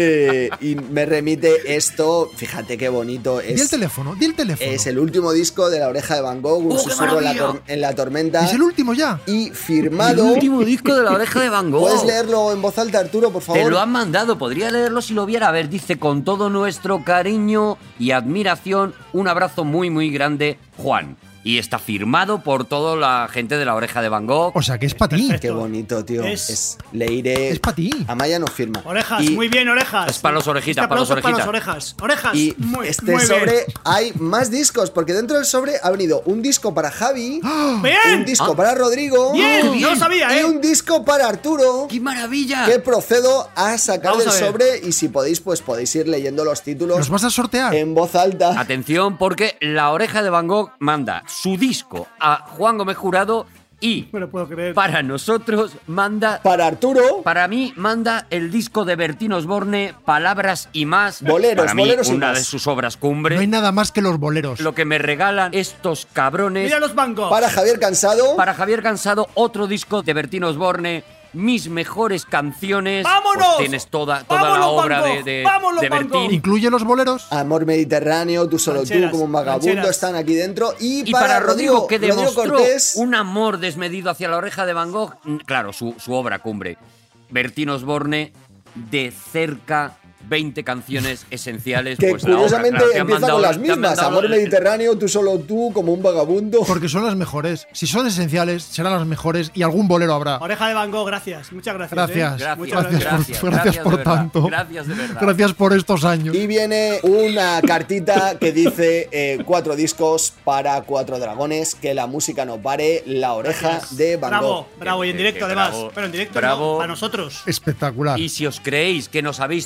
Y me remite esto, fíjate qué bonito. Di el teléfono, di el teléfono. Es el último disco de La Oreja de Van Gogh, un ¡Oh, qué susurro en maravilla! en la tormenta. ¿Es el último ya? Y El firmado. último disco de La Oreja de Van Gogh. ¿Puedes leerlo en voz alta, Arturo, por favor? Te lo han mandado, podría leerlo si lo viera. A ver, dice, con todo nuestro cariño y admiración, un abrazo muy, muy grande, Juan. Y está firmado por toda la gente de La Oreja de Van Gogh. O sea, que es para ti. Qué bonito, tío. Es- Le iré. Es para ti. Amaya nos firma. Orejas, Y- muy bien, orejas. Es para los orejitas, Este para los aplauso es orejitas. Orejas, Y muy, este muy sobre bien. hay más discos, porque dentro del sobre ha venido un disco para Javi, ¡Bien! un disco para Rodrigo ¡Bien! bien. No lo sabía, y un disco para Arturo. ¡Qué maravilla! Que procedo a sacar Vamos del a ver. sobre y si podéis, pues podéis ir leyendo los títulos ¿Los vas a sortear? en voz alta. Atención, porque La Oreja de Van Gogh manda su disco a Juan Gómez Jurado y No lo puedo creer. para nosotros manda... Para Arturo, Para mí manda el disco de Bertín Osborne, Palabras y más. Boleros, para mí, boleros y una más. de sus obras cumbre. No hay nada más que los boleros. Lo que me regalan estos cabrones. Mira los bancos. para Javier Cansado. Para Javier Cansado, otro disco de Bertín Osborne, Mis mejores canciones. ¡Vámonos! Pues tienes toda la ¡Vámonos, obra Van Gogh! de ¡Vámonos, Van Bertín. Gogh! ¿Incluye los boleros? Amor Mediterráneo, Tú solo Rancheras, tú, como un vagabundo, rancheras. están aquí dentro. Y, Y para Rodrigo, que Rodrigo demostró Cortés, un amor desmedido hacia La Oreja de Van Gogh, claro, su obra cumbre. Bertín Osborne, de cerca, 20 canciones esenciales. que pues la obra, curiosamente claro, te han empieza mandado- con las te han mismas. mandado Amor el- Mediterráneo, Tú solo tú, como un vagabundo. Porque son las mejores. Si son esenciales, serán las mejores y algún bolero habrá. Oreja de Van Gogh, gracias. Muchas gracias. Gracias. Gracias, Muchas Gracias gracias, por de verdad. tanto. Gracias de verdad. Gracias por estos años. Y viene una cartita que dice 4 discos para 4 dragones, que la música no pare, La Oreja de Van Gogh. Bravo, bravo. Y en directo, Qué además. bravo. Pero en directo Bravo. no, para nosotros. Espectacular. Y si os creéis que nos habéis troleado,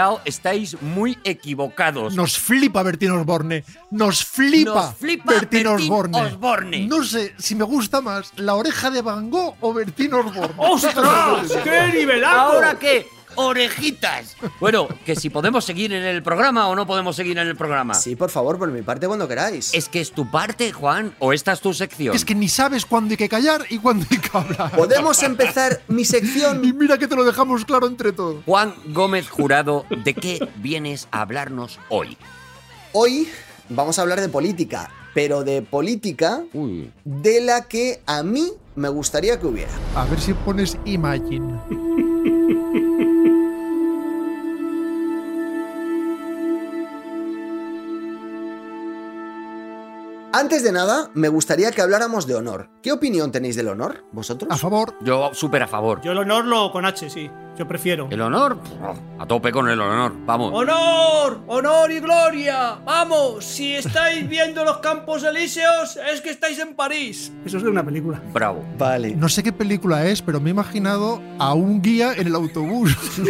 cuidado, estáis muy equivocados. Nos flipa Bertín Osborne. Nos flipa Bertín Osborne. No sé si me gusta más La Oreja de Van Gogh o Bertín Osborne. ¡Ostras! ¡Qué nivelazo! ¿Ahora qué? ¡Orejitas! Bueno, que si podemos seguir en el programa o no podemos seguir en el programa. Sí, por favor, por mi parte, cuando queráis. ¿Es que es tu parte, Juan, o esta es tu sección? Es que ni sabes cuándo hay que callar y cuándo hay que hablar. ¿Podemos empezar mi sección? Y mira que te lo dejamos claro entre todos. Juan Gómez Jurado, ¿de qué vienes a hablarnos hoy? Hoy vamos a hablar de política, pero de política de la que a mí me gustaría que hubiera. A ver si pones Imagine. Antes de nada, me gustaría que habláramos de honor. ¿Qué opinión tenéis del honor, vosotros? A favor. Yo súper a favor. Yo el honor lo con H, sí. Yo prefiero. ¿El honor? A tope con el honor, vamos. ¡Honor! ¡Honor y gloria! ¡Vamos! Si estáis viendo los Campos Elíseos, es que estáis en París. Eso es de una película. Bravo. Vale. No sé qué película es, pero me he imaginado a un guía en el autobús.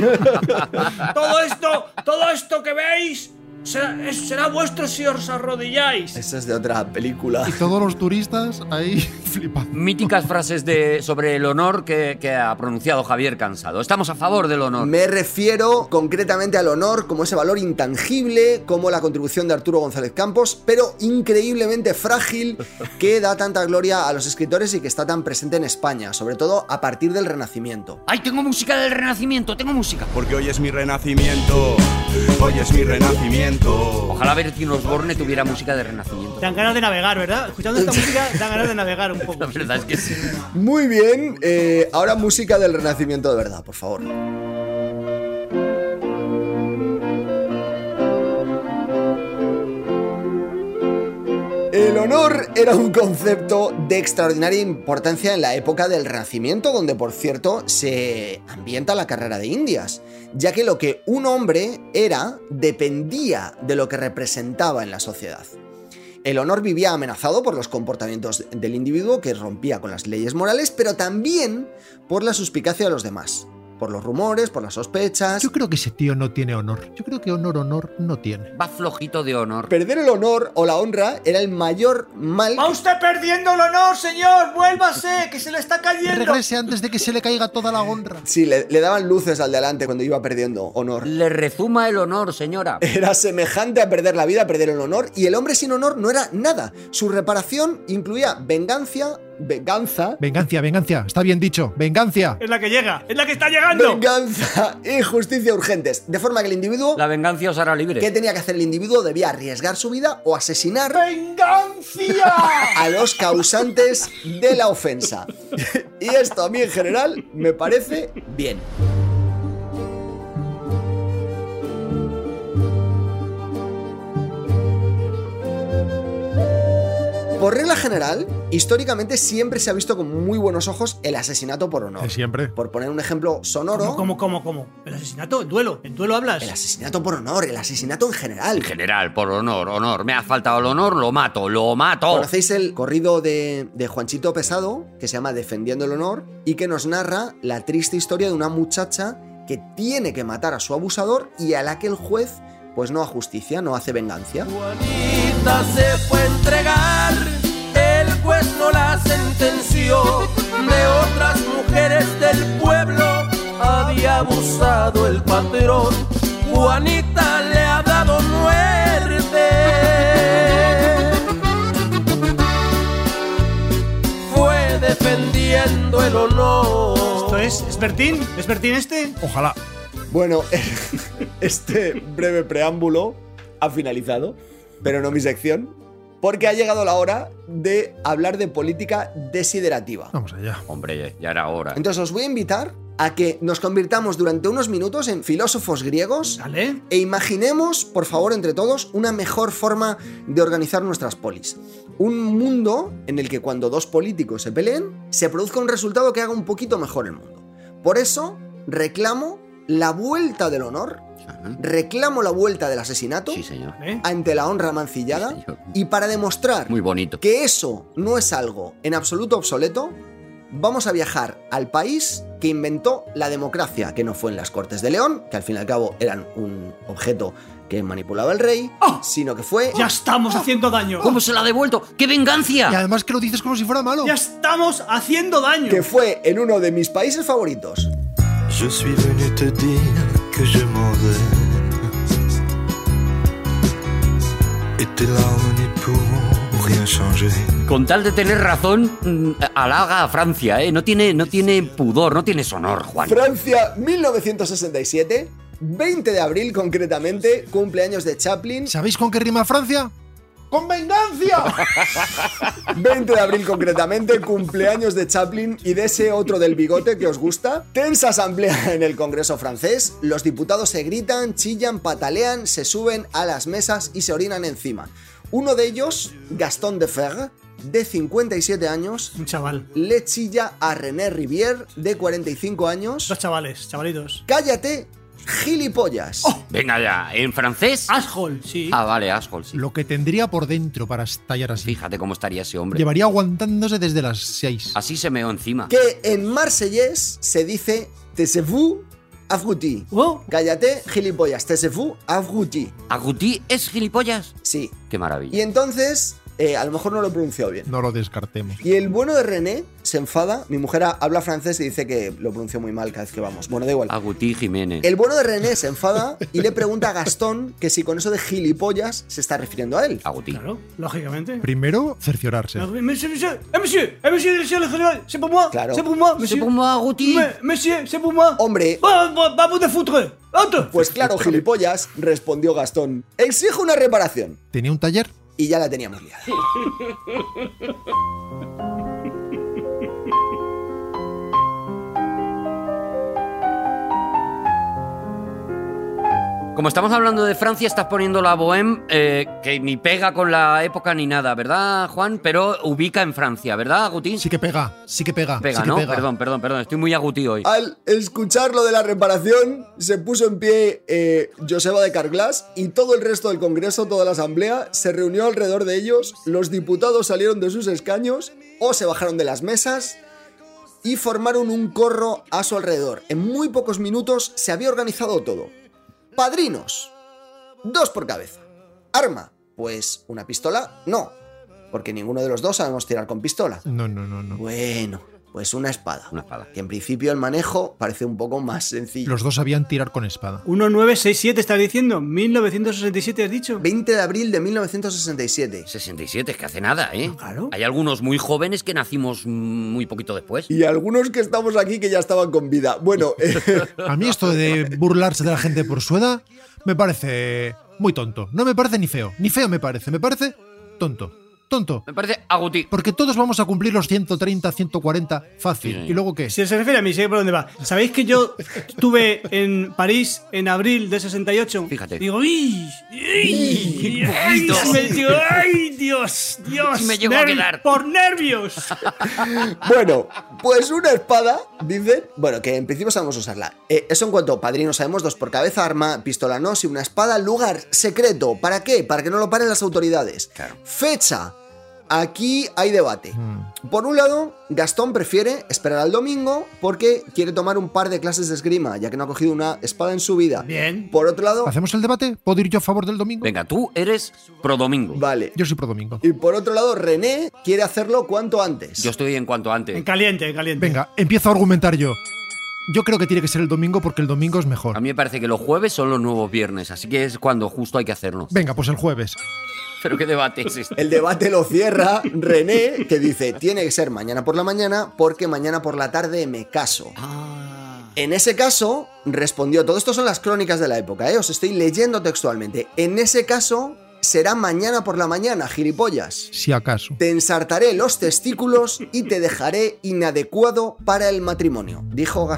Todo esto que veis será vuestro si os arrodilláis. Eso es de otra película. Y todos los turistas ahí flipando. Míticas frases sobre el honor que ha pronunciado Javier Cansado. Estamos a favor del honor. Me refiero concretamente al honor como ese valor intangible, como la contribución de Arturo González Campos, pero increíblemente frágil, que da tanta gloria a los escritores y que está tan presente en España, sobre todo a partir del Renacimiento. ¡Ay, tengo música del Renacimiento! ¡Tengo música! Porque hoy es mi renacimiento. Hoy es mi renacimiento. Ojalá Bertín Osborne tuviera música de Renacimiento. Dan ganas de navegar, ¿verdad? Escuchando esta música dan ganas de navegar un poco. La verdad es que sí. Muy bien, ahora música del Renacimiento de verdad, por favor. El honor era un concepto de extraordinaria importancia en la época del Renacimiento, donde, por cierto, se ambienta la carrera de Indias, ya que lo que un hombre era dependía de lo que representaba en la sociedad. El honor vivía amenazado por los comportamientos del individuo que rompía con las leyes morales, pero también por la suspicacia de los demás. Por los rumores, por las sospechas. Yo creo que ese tío no tiene honor. Yo creo que honor no tiene. Va flojito de honor. Perder el honor o la honra era el mayor mal. ¡Va usted perdiendo el honor, señor! ¡Vuélvase, que se le está cayendo! Regrese antes de que se le caiga toda la honra. Sí, le daban luces al de adelante cuando iba perdiendo honor. Le rezuma el honor, señora. Era semejante a perder la vida, a perder el honor, y el hombre sin honor no era nada. Su reparación incluía venganza. Está bien dicho. Venganza. Es la que llega, es la que está llegando. Venganza y justicia urgentes. De forma que el individuo... La venganza os hará libre. ¿Qué tenía que hacer el individuo? Debía arriesgar su vida o asesinar... ¡Venganza! A los causantes de la ofensa. Y esto a mí en general me parece bien. Por regla general, históricamente siempre se ha visto con muy buenos ojos el asesinato por honor. Siempre. Por poner un ejemplo sonoro... ¿Cómo? ¿El asesinato? ¿El duelo? ¿El duelo hablas? El asesinato por honor, el asesinato en general. En general, por honor. Me ha faltado el honor, lo mato. ¿Conocéis el corrido de Juanchito Pesado, que se llama Defendiendo el honor, y que nos narra la triste historia de una muchacha que tiene que matar a su abusador y a la que el juez pues no ajusticia, no hace venganza? Juanita se fue a entregar, el juez no la sentenció, de otras mujeres del pueblo había abusado el patrón, Juanita le ha dado muerte. Fue defendiendo el honor. ¿Esto es Bertín? ¿Es Bertín este? Ojalá. Bueno, este breve preámbulo ha finalizado, pero no mi sección, porque ha llegado la hora de hablar de política desiderativa. Vamos allá. Hombre, ya era hora. Entonces os voy a invitar a que nos convirtamos durante unos minutos en filósofos griegos. ¿Vale? E imaginemos, por favor, entre todos, una mejor forma de organizar nuestras polis. Un mundo en el que cuando dos políticos se peleen, se produzca un resultado que haga un poquito mejor el mundo. Por eso, reclamo la vuelta del honor, reclamo la vuelta del asesinato, sí, señor, ante la honra mancillada, sí, y para demostrar muy bonito que eso no es algo en absoluto obsoleto, vamos a viajar al país que inventó la democracia, que no fue en las Cortes de León, que al fin y al cabo eran un objeto que manipulaba el rey, sino que fue... ¡Ya estamos haciendo daño! ¿Cómo se la ha devuelto? ¡Qué vengancia! Y además que lo dices como si fuera malo. ¡Ya estamos haciendo daño! Que fue en uno de mis países favoritos. Je suis venu te dire que je m'en vais. Et tes larmes n'y pourront rien changer. Con tal de tener razón, halaga a Francia, ¿eh? No tiene pudor, no tiene honor, Juan. Francia, 1967, 20 de abril concretamente, cumpleaños de Chaplin. ¿Sabéis con qué rima Francia? ¡Con venganza! 20 de abril concretamente, cumpleaños de Chaplin y de ese otro del bigote que os gusta. Tensa asamblea en el Congreso francés. Los diputados se gritan, chillan, patalean, se suben a las mesas y se orinan encima. Uno de ellos, Gaston Defferre, de 57 años, Un chaval. le chilla a René Rivière, de 45 años. Dos chavalitos. ¡Cállate, gilipollas! Venga ya, ¿en francés? Ashhole, sí. Ah, vale, asshole, sí. Lo que tendría por dentro para estallar así. Fíjate cómo estaría ese hombre. Llevaría aguantándose desde las 6. Así se meó encima. Que en marsellés se dice taisez-vous, abruti. Oh. Cállate, gilipollas, taisez-vous, abruti. ¿Agutí es gilipollas? Sí. Qué maravilla. Y entonces, a lo mejor no lo he pronunciado bien. No lo descartemos. Y el bueno de René se enfada. Mi mujer habla francés y dice que lo pronuncio muy mal cada vez que vamos. Bueno, da igual. Agutí Jiménez. El bueno de René se enfada y le pregunta a Gastón que si con eso de gilipollas se está refiriendo a él. Agutí. Claro, lógicamente. Primero, cerciorarse. Monsieur, le général, c'est pour moi. Claro. C'est pour moi, C'est monsieur. pour moi, Agutí. Monsieur, c'est pour moi. Hombre, Vamos de foutre. ¡Otro! pues claro, gilipollas, respondió Gastón. Exijo una reparación. Tenía un taller. Y ya la teníamos liada. Como estamos hablando de Francia, estás poniendo la Bohème, que ni pega con la época ni nada, ¿verdad, Juan? Pero ubica en Francia, ¿verdad, Agutí? Sí que pega. Pega, sí que ¿no? pega. Perdón, estoy muy agutí hoy. Al escuchar lo de la reparación, se puso en pie Joseba de Carglass y todo el resto del Congreso, toda la asamblea, se reunió alrededor de ellos, los diputados salieron de sus escaños o se bajaron de las mesas y formaron un corro a su alrededor. En muy pocos minutos se había organizado todo. Padrinos, 2 por cabeza. Arma, pues una pistola, no, porque ninguno de los dos sabemos tirar con pistola. No. Bueno, pues una espada. Una espada. Que en principio el manejo parece un poco más sencillo. Los dos sabían tirar con espada. 1967 estás diciendo. 1967 has dicho. 20 de abril de 1967. 67, es que hace nada, ¿eh? Claro. Hay algunos muy jóvenes que nacimos muy poquito después. Y algunos que estamos aquí que ya estaban con vida. Bueno, A mí esto de burlarse de la gente por su edad me parece muy tonto. No me parece ni feo. Ni feo me parece tonto. Tonto. Me parece agutí. Porque todos vamos a cumplir los 130, 140 fácil. Sí, ¿Y luego qué? Si se refiere a mí, sé por dónde va. ¿Sabéis que yo estuve en París en abril de 68? Fíjate. Digo, ¡ay! Dios! Y me llego a quedar. ¡Por nervios! bueno, pues una espada, dicen. Bueno, que en principio sabemos usarla. Eso en cuanto a padrino sabemos, 2 por cabeza, arma, pistola no, si una espada, lugar secreto. ¿Para qué? Para que no lo paren las autoridades. Claro. Fecha. Aquí hay debate. Por un lado, Gastón prefiere esperar al domingo porque quiere tomar un par de clases de esgrima, ya que no ha cogido una espada en su vida. Bien. Por otro lado, ¿Hacemos el debate? ¿Puedo ir yo a favor del domingo? Venga, tú eres pro domingo. vale. Yo soy pro domingo. Y por otro lado, René quiere hacerlo cuanto antes. Yo estoy en cuanto antes. En caliente. Venga, empiezo a argumentar yo. Yo creo que tiene que ser el domingo porque el domingo es mejor. A mí me parece que los jueves son los nuevos viernes, así que es cuando justo hay que hacerlo. Venga, pues el jueves. Pero qué debate es este. El debate lo cierra René, que dice, tiene que ser mañana por la mañana porque mañana por la tarde me caso. En ese caso, respondió, todo esto son las crónicas de la época, os estoy leyendo textualmente. En ese caso, será mañana por la mañana, gilipollas. Si acaso. Te ensartaré los testículos y te dejaré inadecuado para el matrimonio, dijo Gastón.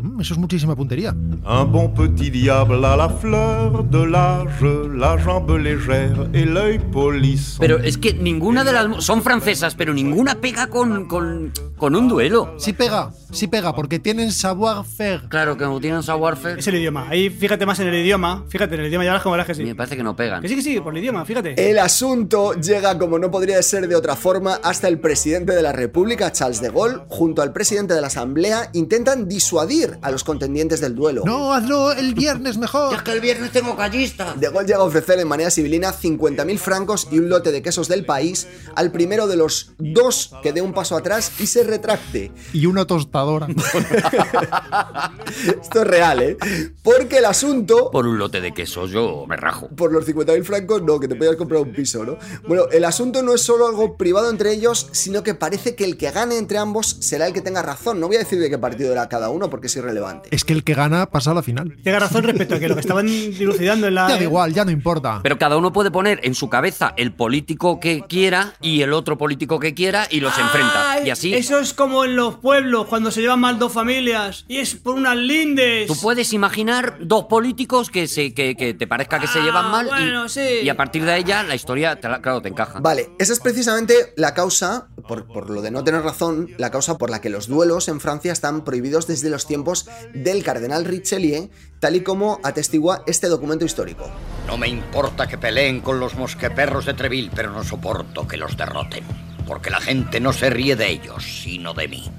Eso es muchísima puntería. Un bon petit diable à la fleur de l'âge, la jambe légère et l'œil polisson. Pero es que ninguna de las... Son francesas, pero ninguna pega con un duelo. Sí pega, porque tienen savoir-faire. Claro, que no tienen savoir-faire. Es el idioma. Ahí fíjate más en el idioma. Fíjate en el idioma, ya verás como verás que sí. Me parece que no pegan. Que sí, por el idioma, fíjate. El asunto llega, como no podría ser de otra forma, hasta el presidente de la República, Charles de Gaulle, junto al presidente de la Asamblea, intentan disuadir a los contendientes del duelo. No, hazlo el viernes mejor. Es que el viernes tengo callista. De Gaulle llega a ofrecer en manera sibilina 50.000 francos y un lote de quesos del país al primero de los dos que dé un paso atrás y se retracte. Y una tostadora. Esto es real, ¿eh? Porque el asunto... Por un lote de queso yo me rajo. Por los 50.000 francos, no, que te podías comprar un piso, ¿no? Bueno, el asunto no es solo algo privado entre ellos, sino que parece que el que gane entre ambos será el que tenga razón. No voy a decir de qué partido era cada uno porque es irrelevante. Es que el que gana pasa a la final. Tenga razón respecto a que lo que estaban dilucidando en la... Ya da igual, ya no importa. Pero cada uno puede poner en su cabeza el político que quiera y el otro político que quiera y los enfrenta. Y así... Eso es como en los pueblos, cuando se llevan mal dos familias y es por unas lindes. Tú puedes imaginar dos políticos que te parezca que se llevan mal bueno, y a partir de ella la historia, claro, te encaja. Vale, esa es precisamente la causa, por lo de no tener razón, la causa por la que los duelos en Francia están prohibidos desde los tiempos del cardenal Richelieu, tal y como atestigua este documento histórico. No me importa que peleen con los mosqueperros de Treville, pero no soporto que los derroten, porque la gente no se ríe de ellos, sino de mí.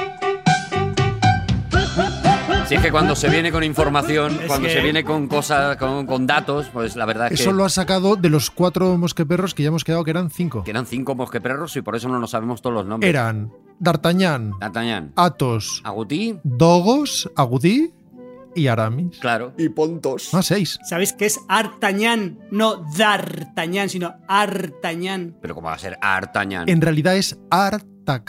Si es que cuando se viene con información, se viene con cosas, con datos, pues la verdad es que... Eso lo ha sacado de los 4 mosqueperros que ya hemos quedado que eran 5. Que eran 5 mosqueperros y por eso no nos sabemos todos los nombres. Eran D'Artagnan, Athos, Agutí, Dogos, Agutí y Aramis. Claro. Y Pontos. 6. ¿Sabéis que es Artagnan? No D'Artagnan, sino Artagnan. Pero ¿cómo va a ser Artagnan? En realidad es Artacán.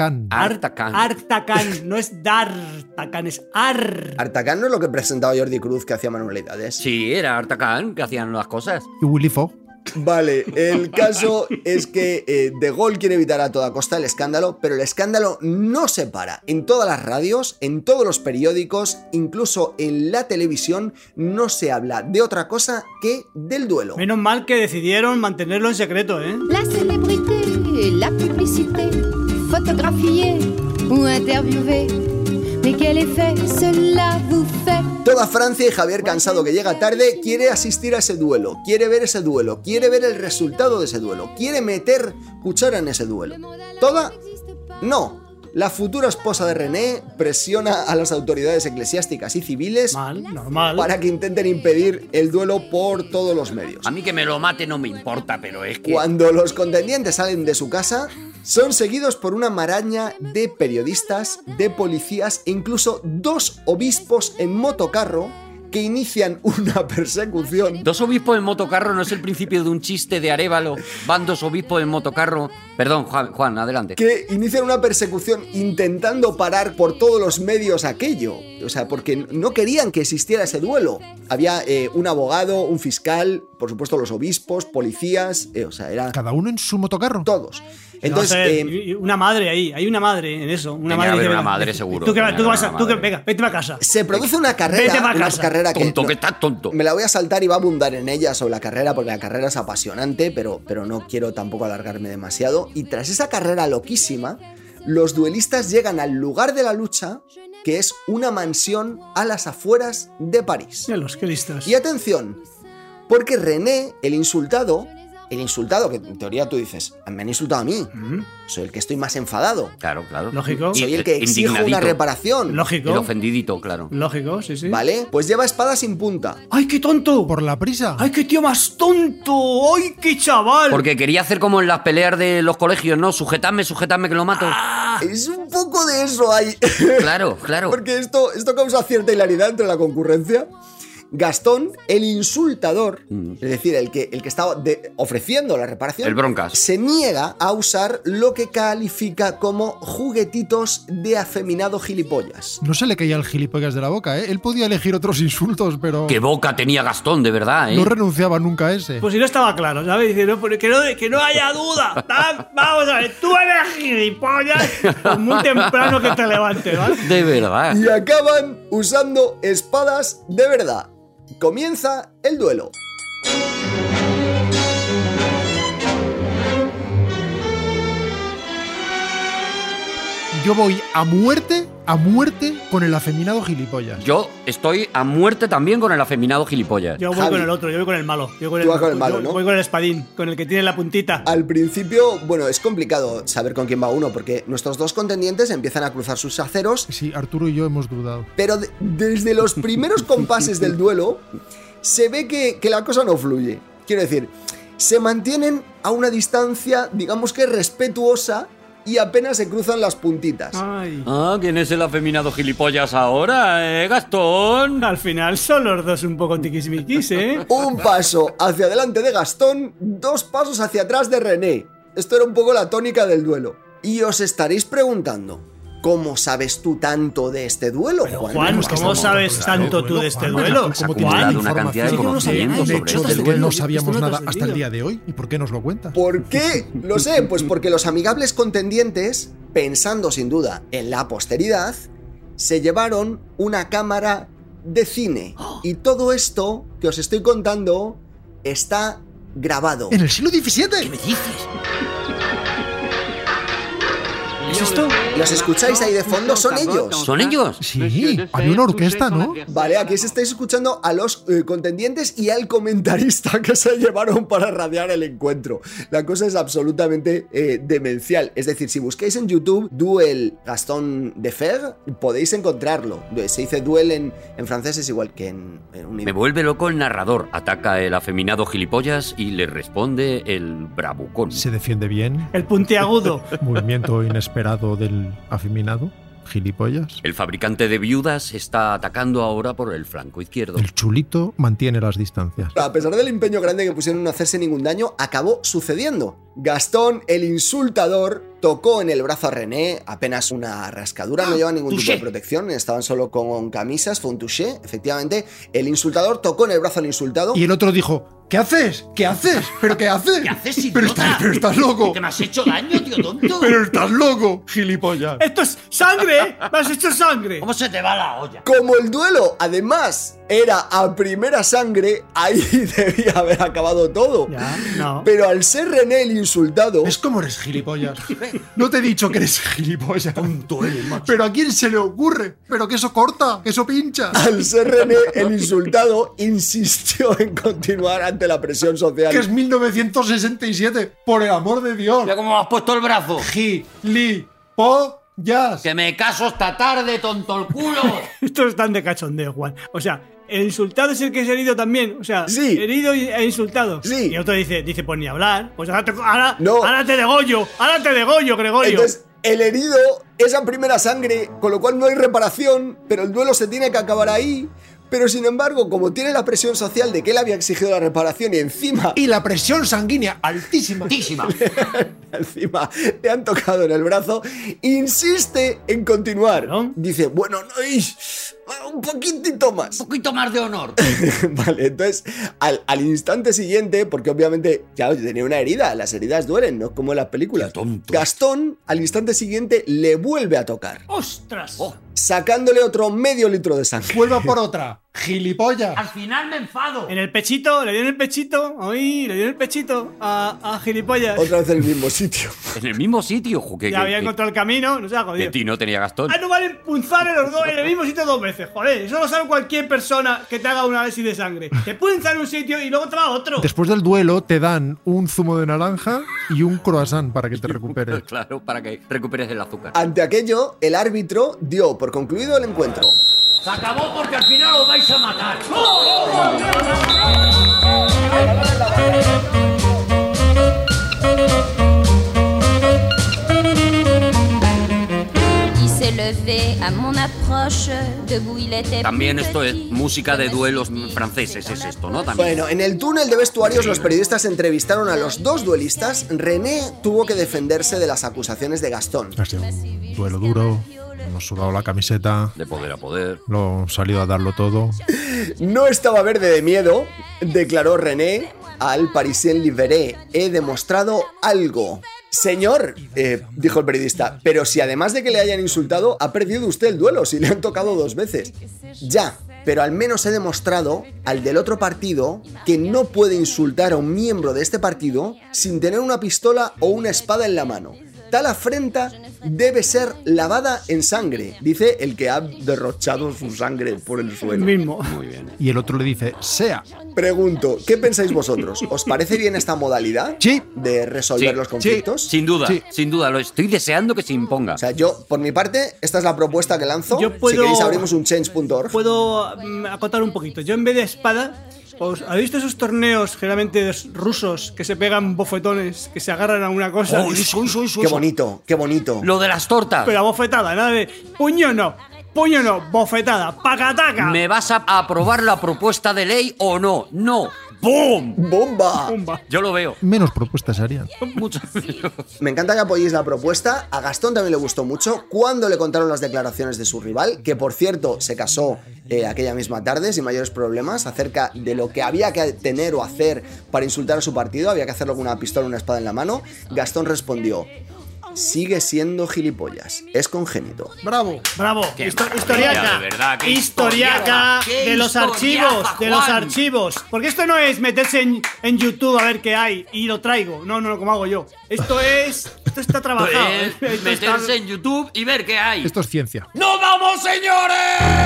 Artacán, no es D'Artacán, es Artacán no es lo que presentaba Jordi Cruz que hacía manualidades. Sí, era Artacán que hacían las cosas. Y Willy Fogg. Vale, el caso es que De Gaulle quiere evitar a toda costa el escándalo, pero el escándalo no se para. En todas las radios, en todos los periódicos, incluso en la televisión, no se habla de otra cosa que del duelo. Menos mal que decidieron mantenerlo en secreto, ¿eh? La célébrité, la publicité, photographier ou interviewer. Mais quel effet cela vous fait? Toda Francia y Javier Cansado, que llega tarde, quiere asistir a ese duelo, quiere ver ese duelo, quiere ver el resultado de ese duelo, quiere meter cuchara en ese duelo. ¿Toda? No. La futura esposa de René presiona a las autoridades eclesiásticas y civiles normal, para que intenten impedir el duelo por todos los medios. A mí que me lo mate no me importa, pero es que... Cuando los contendientes salen de su casa, son seguidos por una maraña de periodistas, de policías e incluso 2 obispos en motocarro que inician una persecución. 2 obispos en motocarro no es el principio de un chiste de Arévalo. Van 2 obispos en motocarro. Perdón, Juan, adelante. Que inician una persecución intentando parar por todos los medios aquello. O sea, porque no querían que existiera ese duelo. Había un abogado, un fiscal, por supuesto los obispos, policías, o sea, era... ¿Cada uno en su motocarro? Todos. Entonces, una madre ahí, hay una madre en eso. Una madre seguro. Venga, vete a casa. Se produce una carrera que... Tonto, que estás tonto. Me la voy a saltar y va a abundar en ella sobre la carrera, porque la carrera es apasionante, pero no quiero tampoco alargarme demasiado. Y tras esa carrera loquísima, los duelistas llegan al lugar de la lucha, que es una mansión a las afueras de París. Ya los cristos. Y atención, porque René, el insultado, que en teoría tú dices, me han insultado a mí, soy el que estoy más enfadado. Claro. Lógico. Soy el que exige una reparación. Lógico. El ofendidito, claro. Lógico, sí. ¿Vale? Pues lleva espada sin punta. ¡Ay, qué tonto! Por la prisa. ¡Ay, qué tío más tonto! ¡Ay, qué chaval! Porque quería hacer como en las peleas de los colegios, ¿no? Sujetadme que lo mato. Es un poco de eso ahí. Claro. Porque esto causa cierta hilaridad entre la concurrencia. Gastón, el insultador, es decir, el que estaba ofreciendo la reparación, El broncas. se niega a usar lo que califica como juguetitos de afeminado gilipollas. No se le caía el gilipollas de la boca, ¿eh? Él podía elegir otros insultos, pero Qué boca tenía Gastón, de verdad, ¿eh? no renunciaba nunca a ese. Pues si no estaba claro, ¿sabes? Dice, no, que no haya duda. Vamos a ver, tú eres gilipollas, pues muy temprano que te levantes, ¿vale? De verdad. Y acaban usando espadas de verdad. Comienza el duelo. Yo voy a muerte con el afeminado gilipollas. Yo estoy a muerte también con el afeminado gilipollas. Yo voy Javi. con el otro, yo voy con el malo. Tú vas con el malo, ¿no? Voy con el espadín, con el que tiene la puntita. Al principio, bueno, es complicado saber con quién va uno, porque nuestros dos contendientes empiezan a cruzar sus aceros, Sí, Arturo y yo hemos dudado. pero desde los primeros compases del duelo se ve que la cosa no fluye. Quiero decir, se mantienen a una distancia, digamos que respetuosa, y apenas se cruzan las puntitas. Ay. Ah, ¿quién es el afeminado gilipollas ahora, Gastón? Al final son los dos un poco tiquismiquis, ¿eh? Un paso hacia adelante de Gastón, 2 pasos hacia atrás de René. Esto era un poco la tónica del duelo. Y os estaréis preguntando, ¿cómo sabes tú tanto de este duelo, Juan? Juan, ¿cómo sabes tanto tú de este duelo? Has acumulado una cantidad de conocimiento De sobre hecho, este desde que duelo. no sabíamos Esto no te nada has hasta el entendido. día de hoy. ¿Y por qué nos lo cuentas? ¿Por qué? Lo sé, pues porque los amigables contendientes, pensando sin duda en la posteridad, se llevaron una cámara de cine. Y todo esto que os estoy contando está grabado. ¿En el siglo XVII? ¿Qué me dices? ¿Es esto? ¿Los escucháis ahí de fondo? Son ellos. ¿Son ellos? Sí, había una orquesta, ¿no? Vale, aquí os estáis escuchando a los contendientes y al comentarista que se llevaron para radiar el encuentro. La cosa es absolutamente demencial. Es decir, si busquáis en YouTube Duel Gaston de Fer, podéis encontrarlo. Se dice duel en francés, es igual que en un Me idioma. vuelve loco el narrador. Ataca el afeminado gilipollas y le responde el bravucón. Se defiende bien. El puntiagudo. Movimiento inesperado del afeminado. Gilipollas. El fabricante de viudas está atacando ahora por el flanco izquierdo. El chulito mantiene las distancias. A pesar del empeño grande que pusieron en no hacerse ningún daño, acabó sucediendo. Gastón, el insultador, tocó en el brazo a René, apenas una rascadura, no lleva ningún tipo de protección, estaban solo con camisas, fue un touché, efectivamente. El insultador tocó en el brazo al insultado. Y el otro dijo, ¿qué haces? ¿Qué haces? ¿Pero qué haces? ¿Qué haces, pero idiota? pero estás loco. Que me has hecho daño, tío tonto. Pero estás loco, gilipollas. ¡Esto es sangre! ¿Eh? ¡Me has hecho sangre! ¿Cómo se te va la olla? Como el duelo, además, era a primera sangre, ahí debía haber acabado todo. Ya, no. Pero al ser René el insultado, ¿Ves cómo eres gilipollas? No te he dicho que eres gilipollas. Pero ¿a quién se le ocurre? Pero que eso corta, que eso pincha. al ser René el insultado, insistió en continuar ante la presión social. Que es 1967, por el amor de Dios. Mira cómo me has puesto el brazo. Gilipollas. Que me caso esta tarde, tonto el culo. Estos están de cachondeo, Juan. O sea, el insultado es el que es herido también. O sea, Sí. herido e insultado. Sí. Y otro dice, pues ni hablar. Pues ahora No. te degollo, Gregorio. Entonces, el herido es a primera sangre, con lo cual no hay reparación, pero el duelo se tiene que acabar ahí. Pero sin embargo, como tiene la presión social de que él había exigido la reparación y encima Y la presión sanguínea altísima. Altísima. encima le han tocado en el brazo, insiste en continuar. ¿No? Dice, bueno, no, un poquitito más. Un poquito más de honor. Vale, entonces al instante siguiente, porque obviamente ya tenía una herida, las heridas duelen, no como en las películas. Qué tonto. Gastón al instante siguiente le vuelve a tocar, ¡Ostras! sacándole otro medio litro de sangre. Vuelva por otra. Gilipollas. Al final me enfado. En el pechito, le dio en el pechito. Ay, le dio en el pechito a gilipollas. Otra vez en el mismo sitio. En el mismo sitio, que Ya había encontrado el camino, no se ha que jodido. Tino tenía Gastón. Ah, no vale punzar en el mismo sitio 2 veces, joder. Eso lo sabe cualquier persona que te haga un análisis de sangre. Te punza en un sitio y luego te va a otro. Después del duelo te dan un zumo de naranja y un croissant para que te recuperes. Claro, para que recuperes el azúcar. Ante aquello, el árbitro dio por concluido el encuentro. Se acabó porque al final os vais a matar. Il c'est le levé à mon approche. Debout il était. También esto es música de duelos franceses, es esto, ¿no? También. Bueno, en el túnel de vestuarios los periodistas entrevistaron a los dos duelistas. René tuvo que defenderse de las acusaciones de Gastón. Ha sido un duelo duro, hemos sudado la camiseta. De poder a poder. Lo hemos salido a darlo todo. No estaba verde de miedo, declaró René al Parisien Libéré. He demostrado algo. Señor, dijo el periodista, pero si además de que le hayan insultado, ha perdido usted el duelo, si le han tocado 2 veces. Ya, pero al menos he demostrado al del otro partido que no puede insultar a un miembro de este partido sin tener una pistola o una espada en la mano. Tal afrenta debe ser lavada en sangre, dice el que ha derrochado su sangre por el suelo. Mismo. Muy bien. Y el otro le dice, sea. Pregunto, ¿qué pensáis vosotros? ¿Os parece bien esta modalidad Sí. de resolver los conflictos? Sin duda, Sí. sin duda. Lo estoy deseando que se imponga. O sea, yo, por mi parte, esta es la propuesta que lanzo. Yo puedo- Si queréis abrimos un change.org. Puedo acotar un poquito. Yo en vez de espada, ¿habéis visto esos torneos generalmente rusos que se pegan bofetones, que se agarran a una cosa? Qué bonito, qué bonito. Lo de las tortas. Pero a bofetada, nada de puño no, bofetada, pacataca. ¿Me vas a aprobar la propuesta de ley o no? No. ¡Bum! ¡Bomba! Bomba. Yo lo veo. Menos propuestas harían. Mucho. Me encanta que apoyéis la propuesta. A Gastón también le gustó mucho cuando le contaron las declaraciones de su rival, que por cierto se casó aquella misma tarde sin mayores problemas, acerca de lo que había que tener o hacer para insultar a su partido. Había que hacerlo con una pistola o una espada en la mano. Gastón respondió: sigue siendo gilipollas, es congénito. ¡Bravo! Bravo, Qué historiaca, maravilla, de verdad, qué historiaca historiaca, de los qué archivos, historiaca, de los Juan. archivos. Porque esto no es meterse en YouTube a ver qué hay y lo traigo. No, como hago yo. Esto está trabajado. Pues, Esto está- meterse en YouTube y ver qué hay. Esto es ciencia. ¡Nos vamos, señores!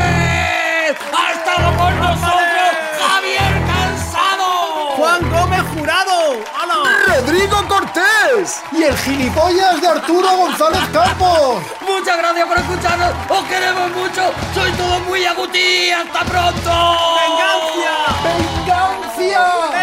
¡Ha estado con nosotros Javier Cansado! Juan Gómez Jurado. ¡Hala! ¡Rodrigo Cortés! ¡Y el gilipollas de Arturo González Campos! Muchas gracias por escucharnos. Os queremos mucho. Soy todo muy agutí. ¡Hasta pronto! ¡Vengancia! ¡Vengancia!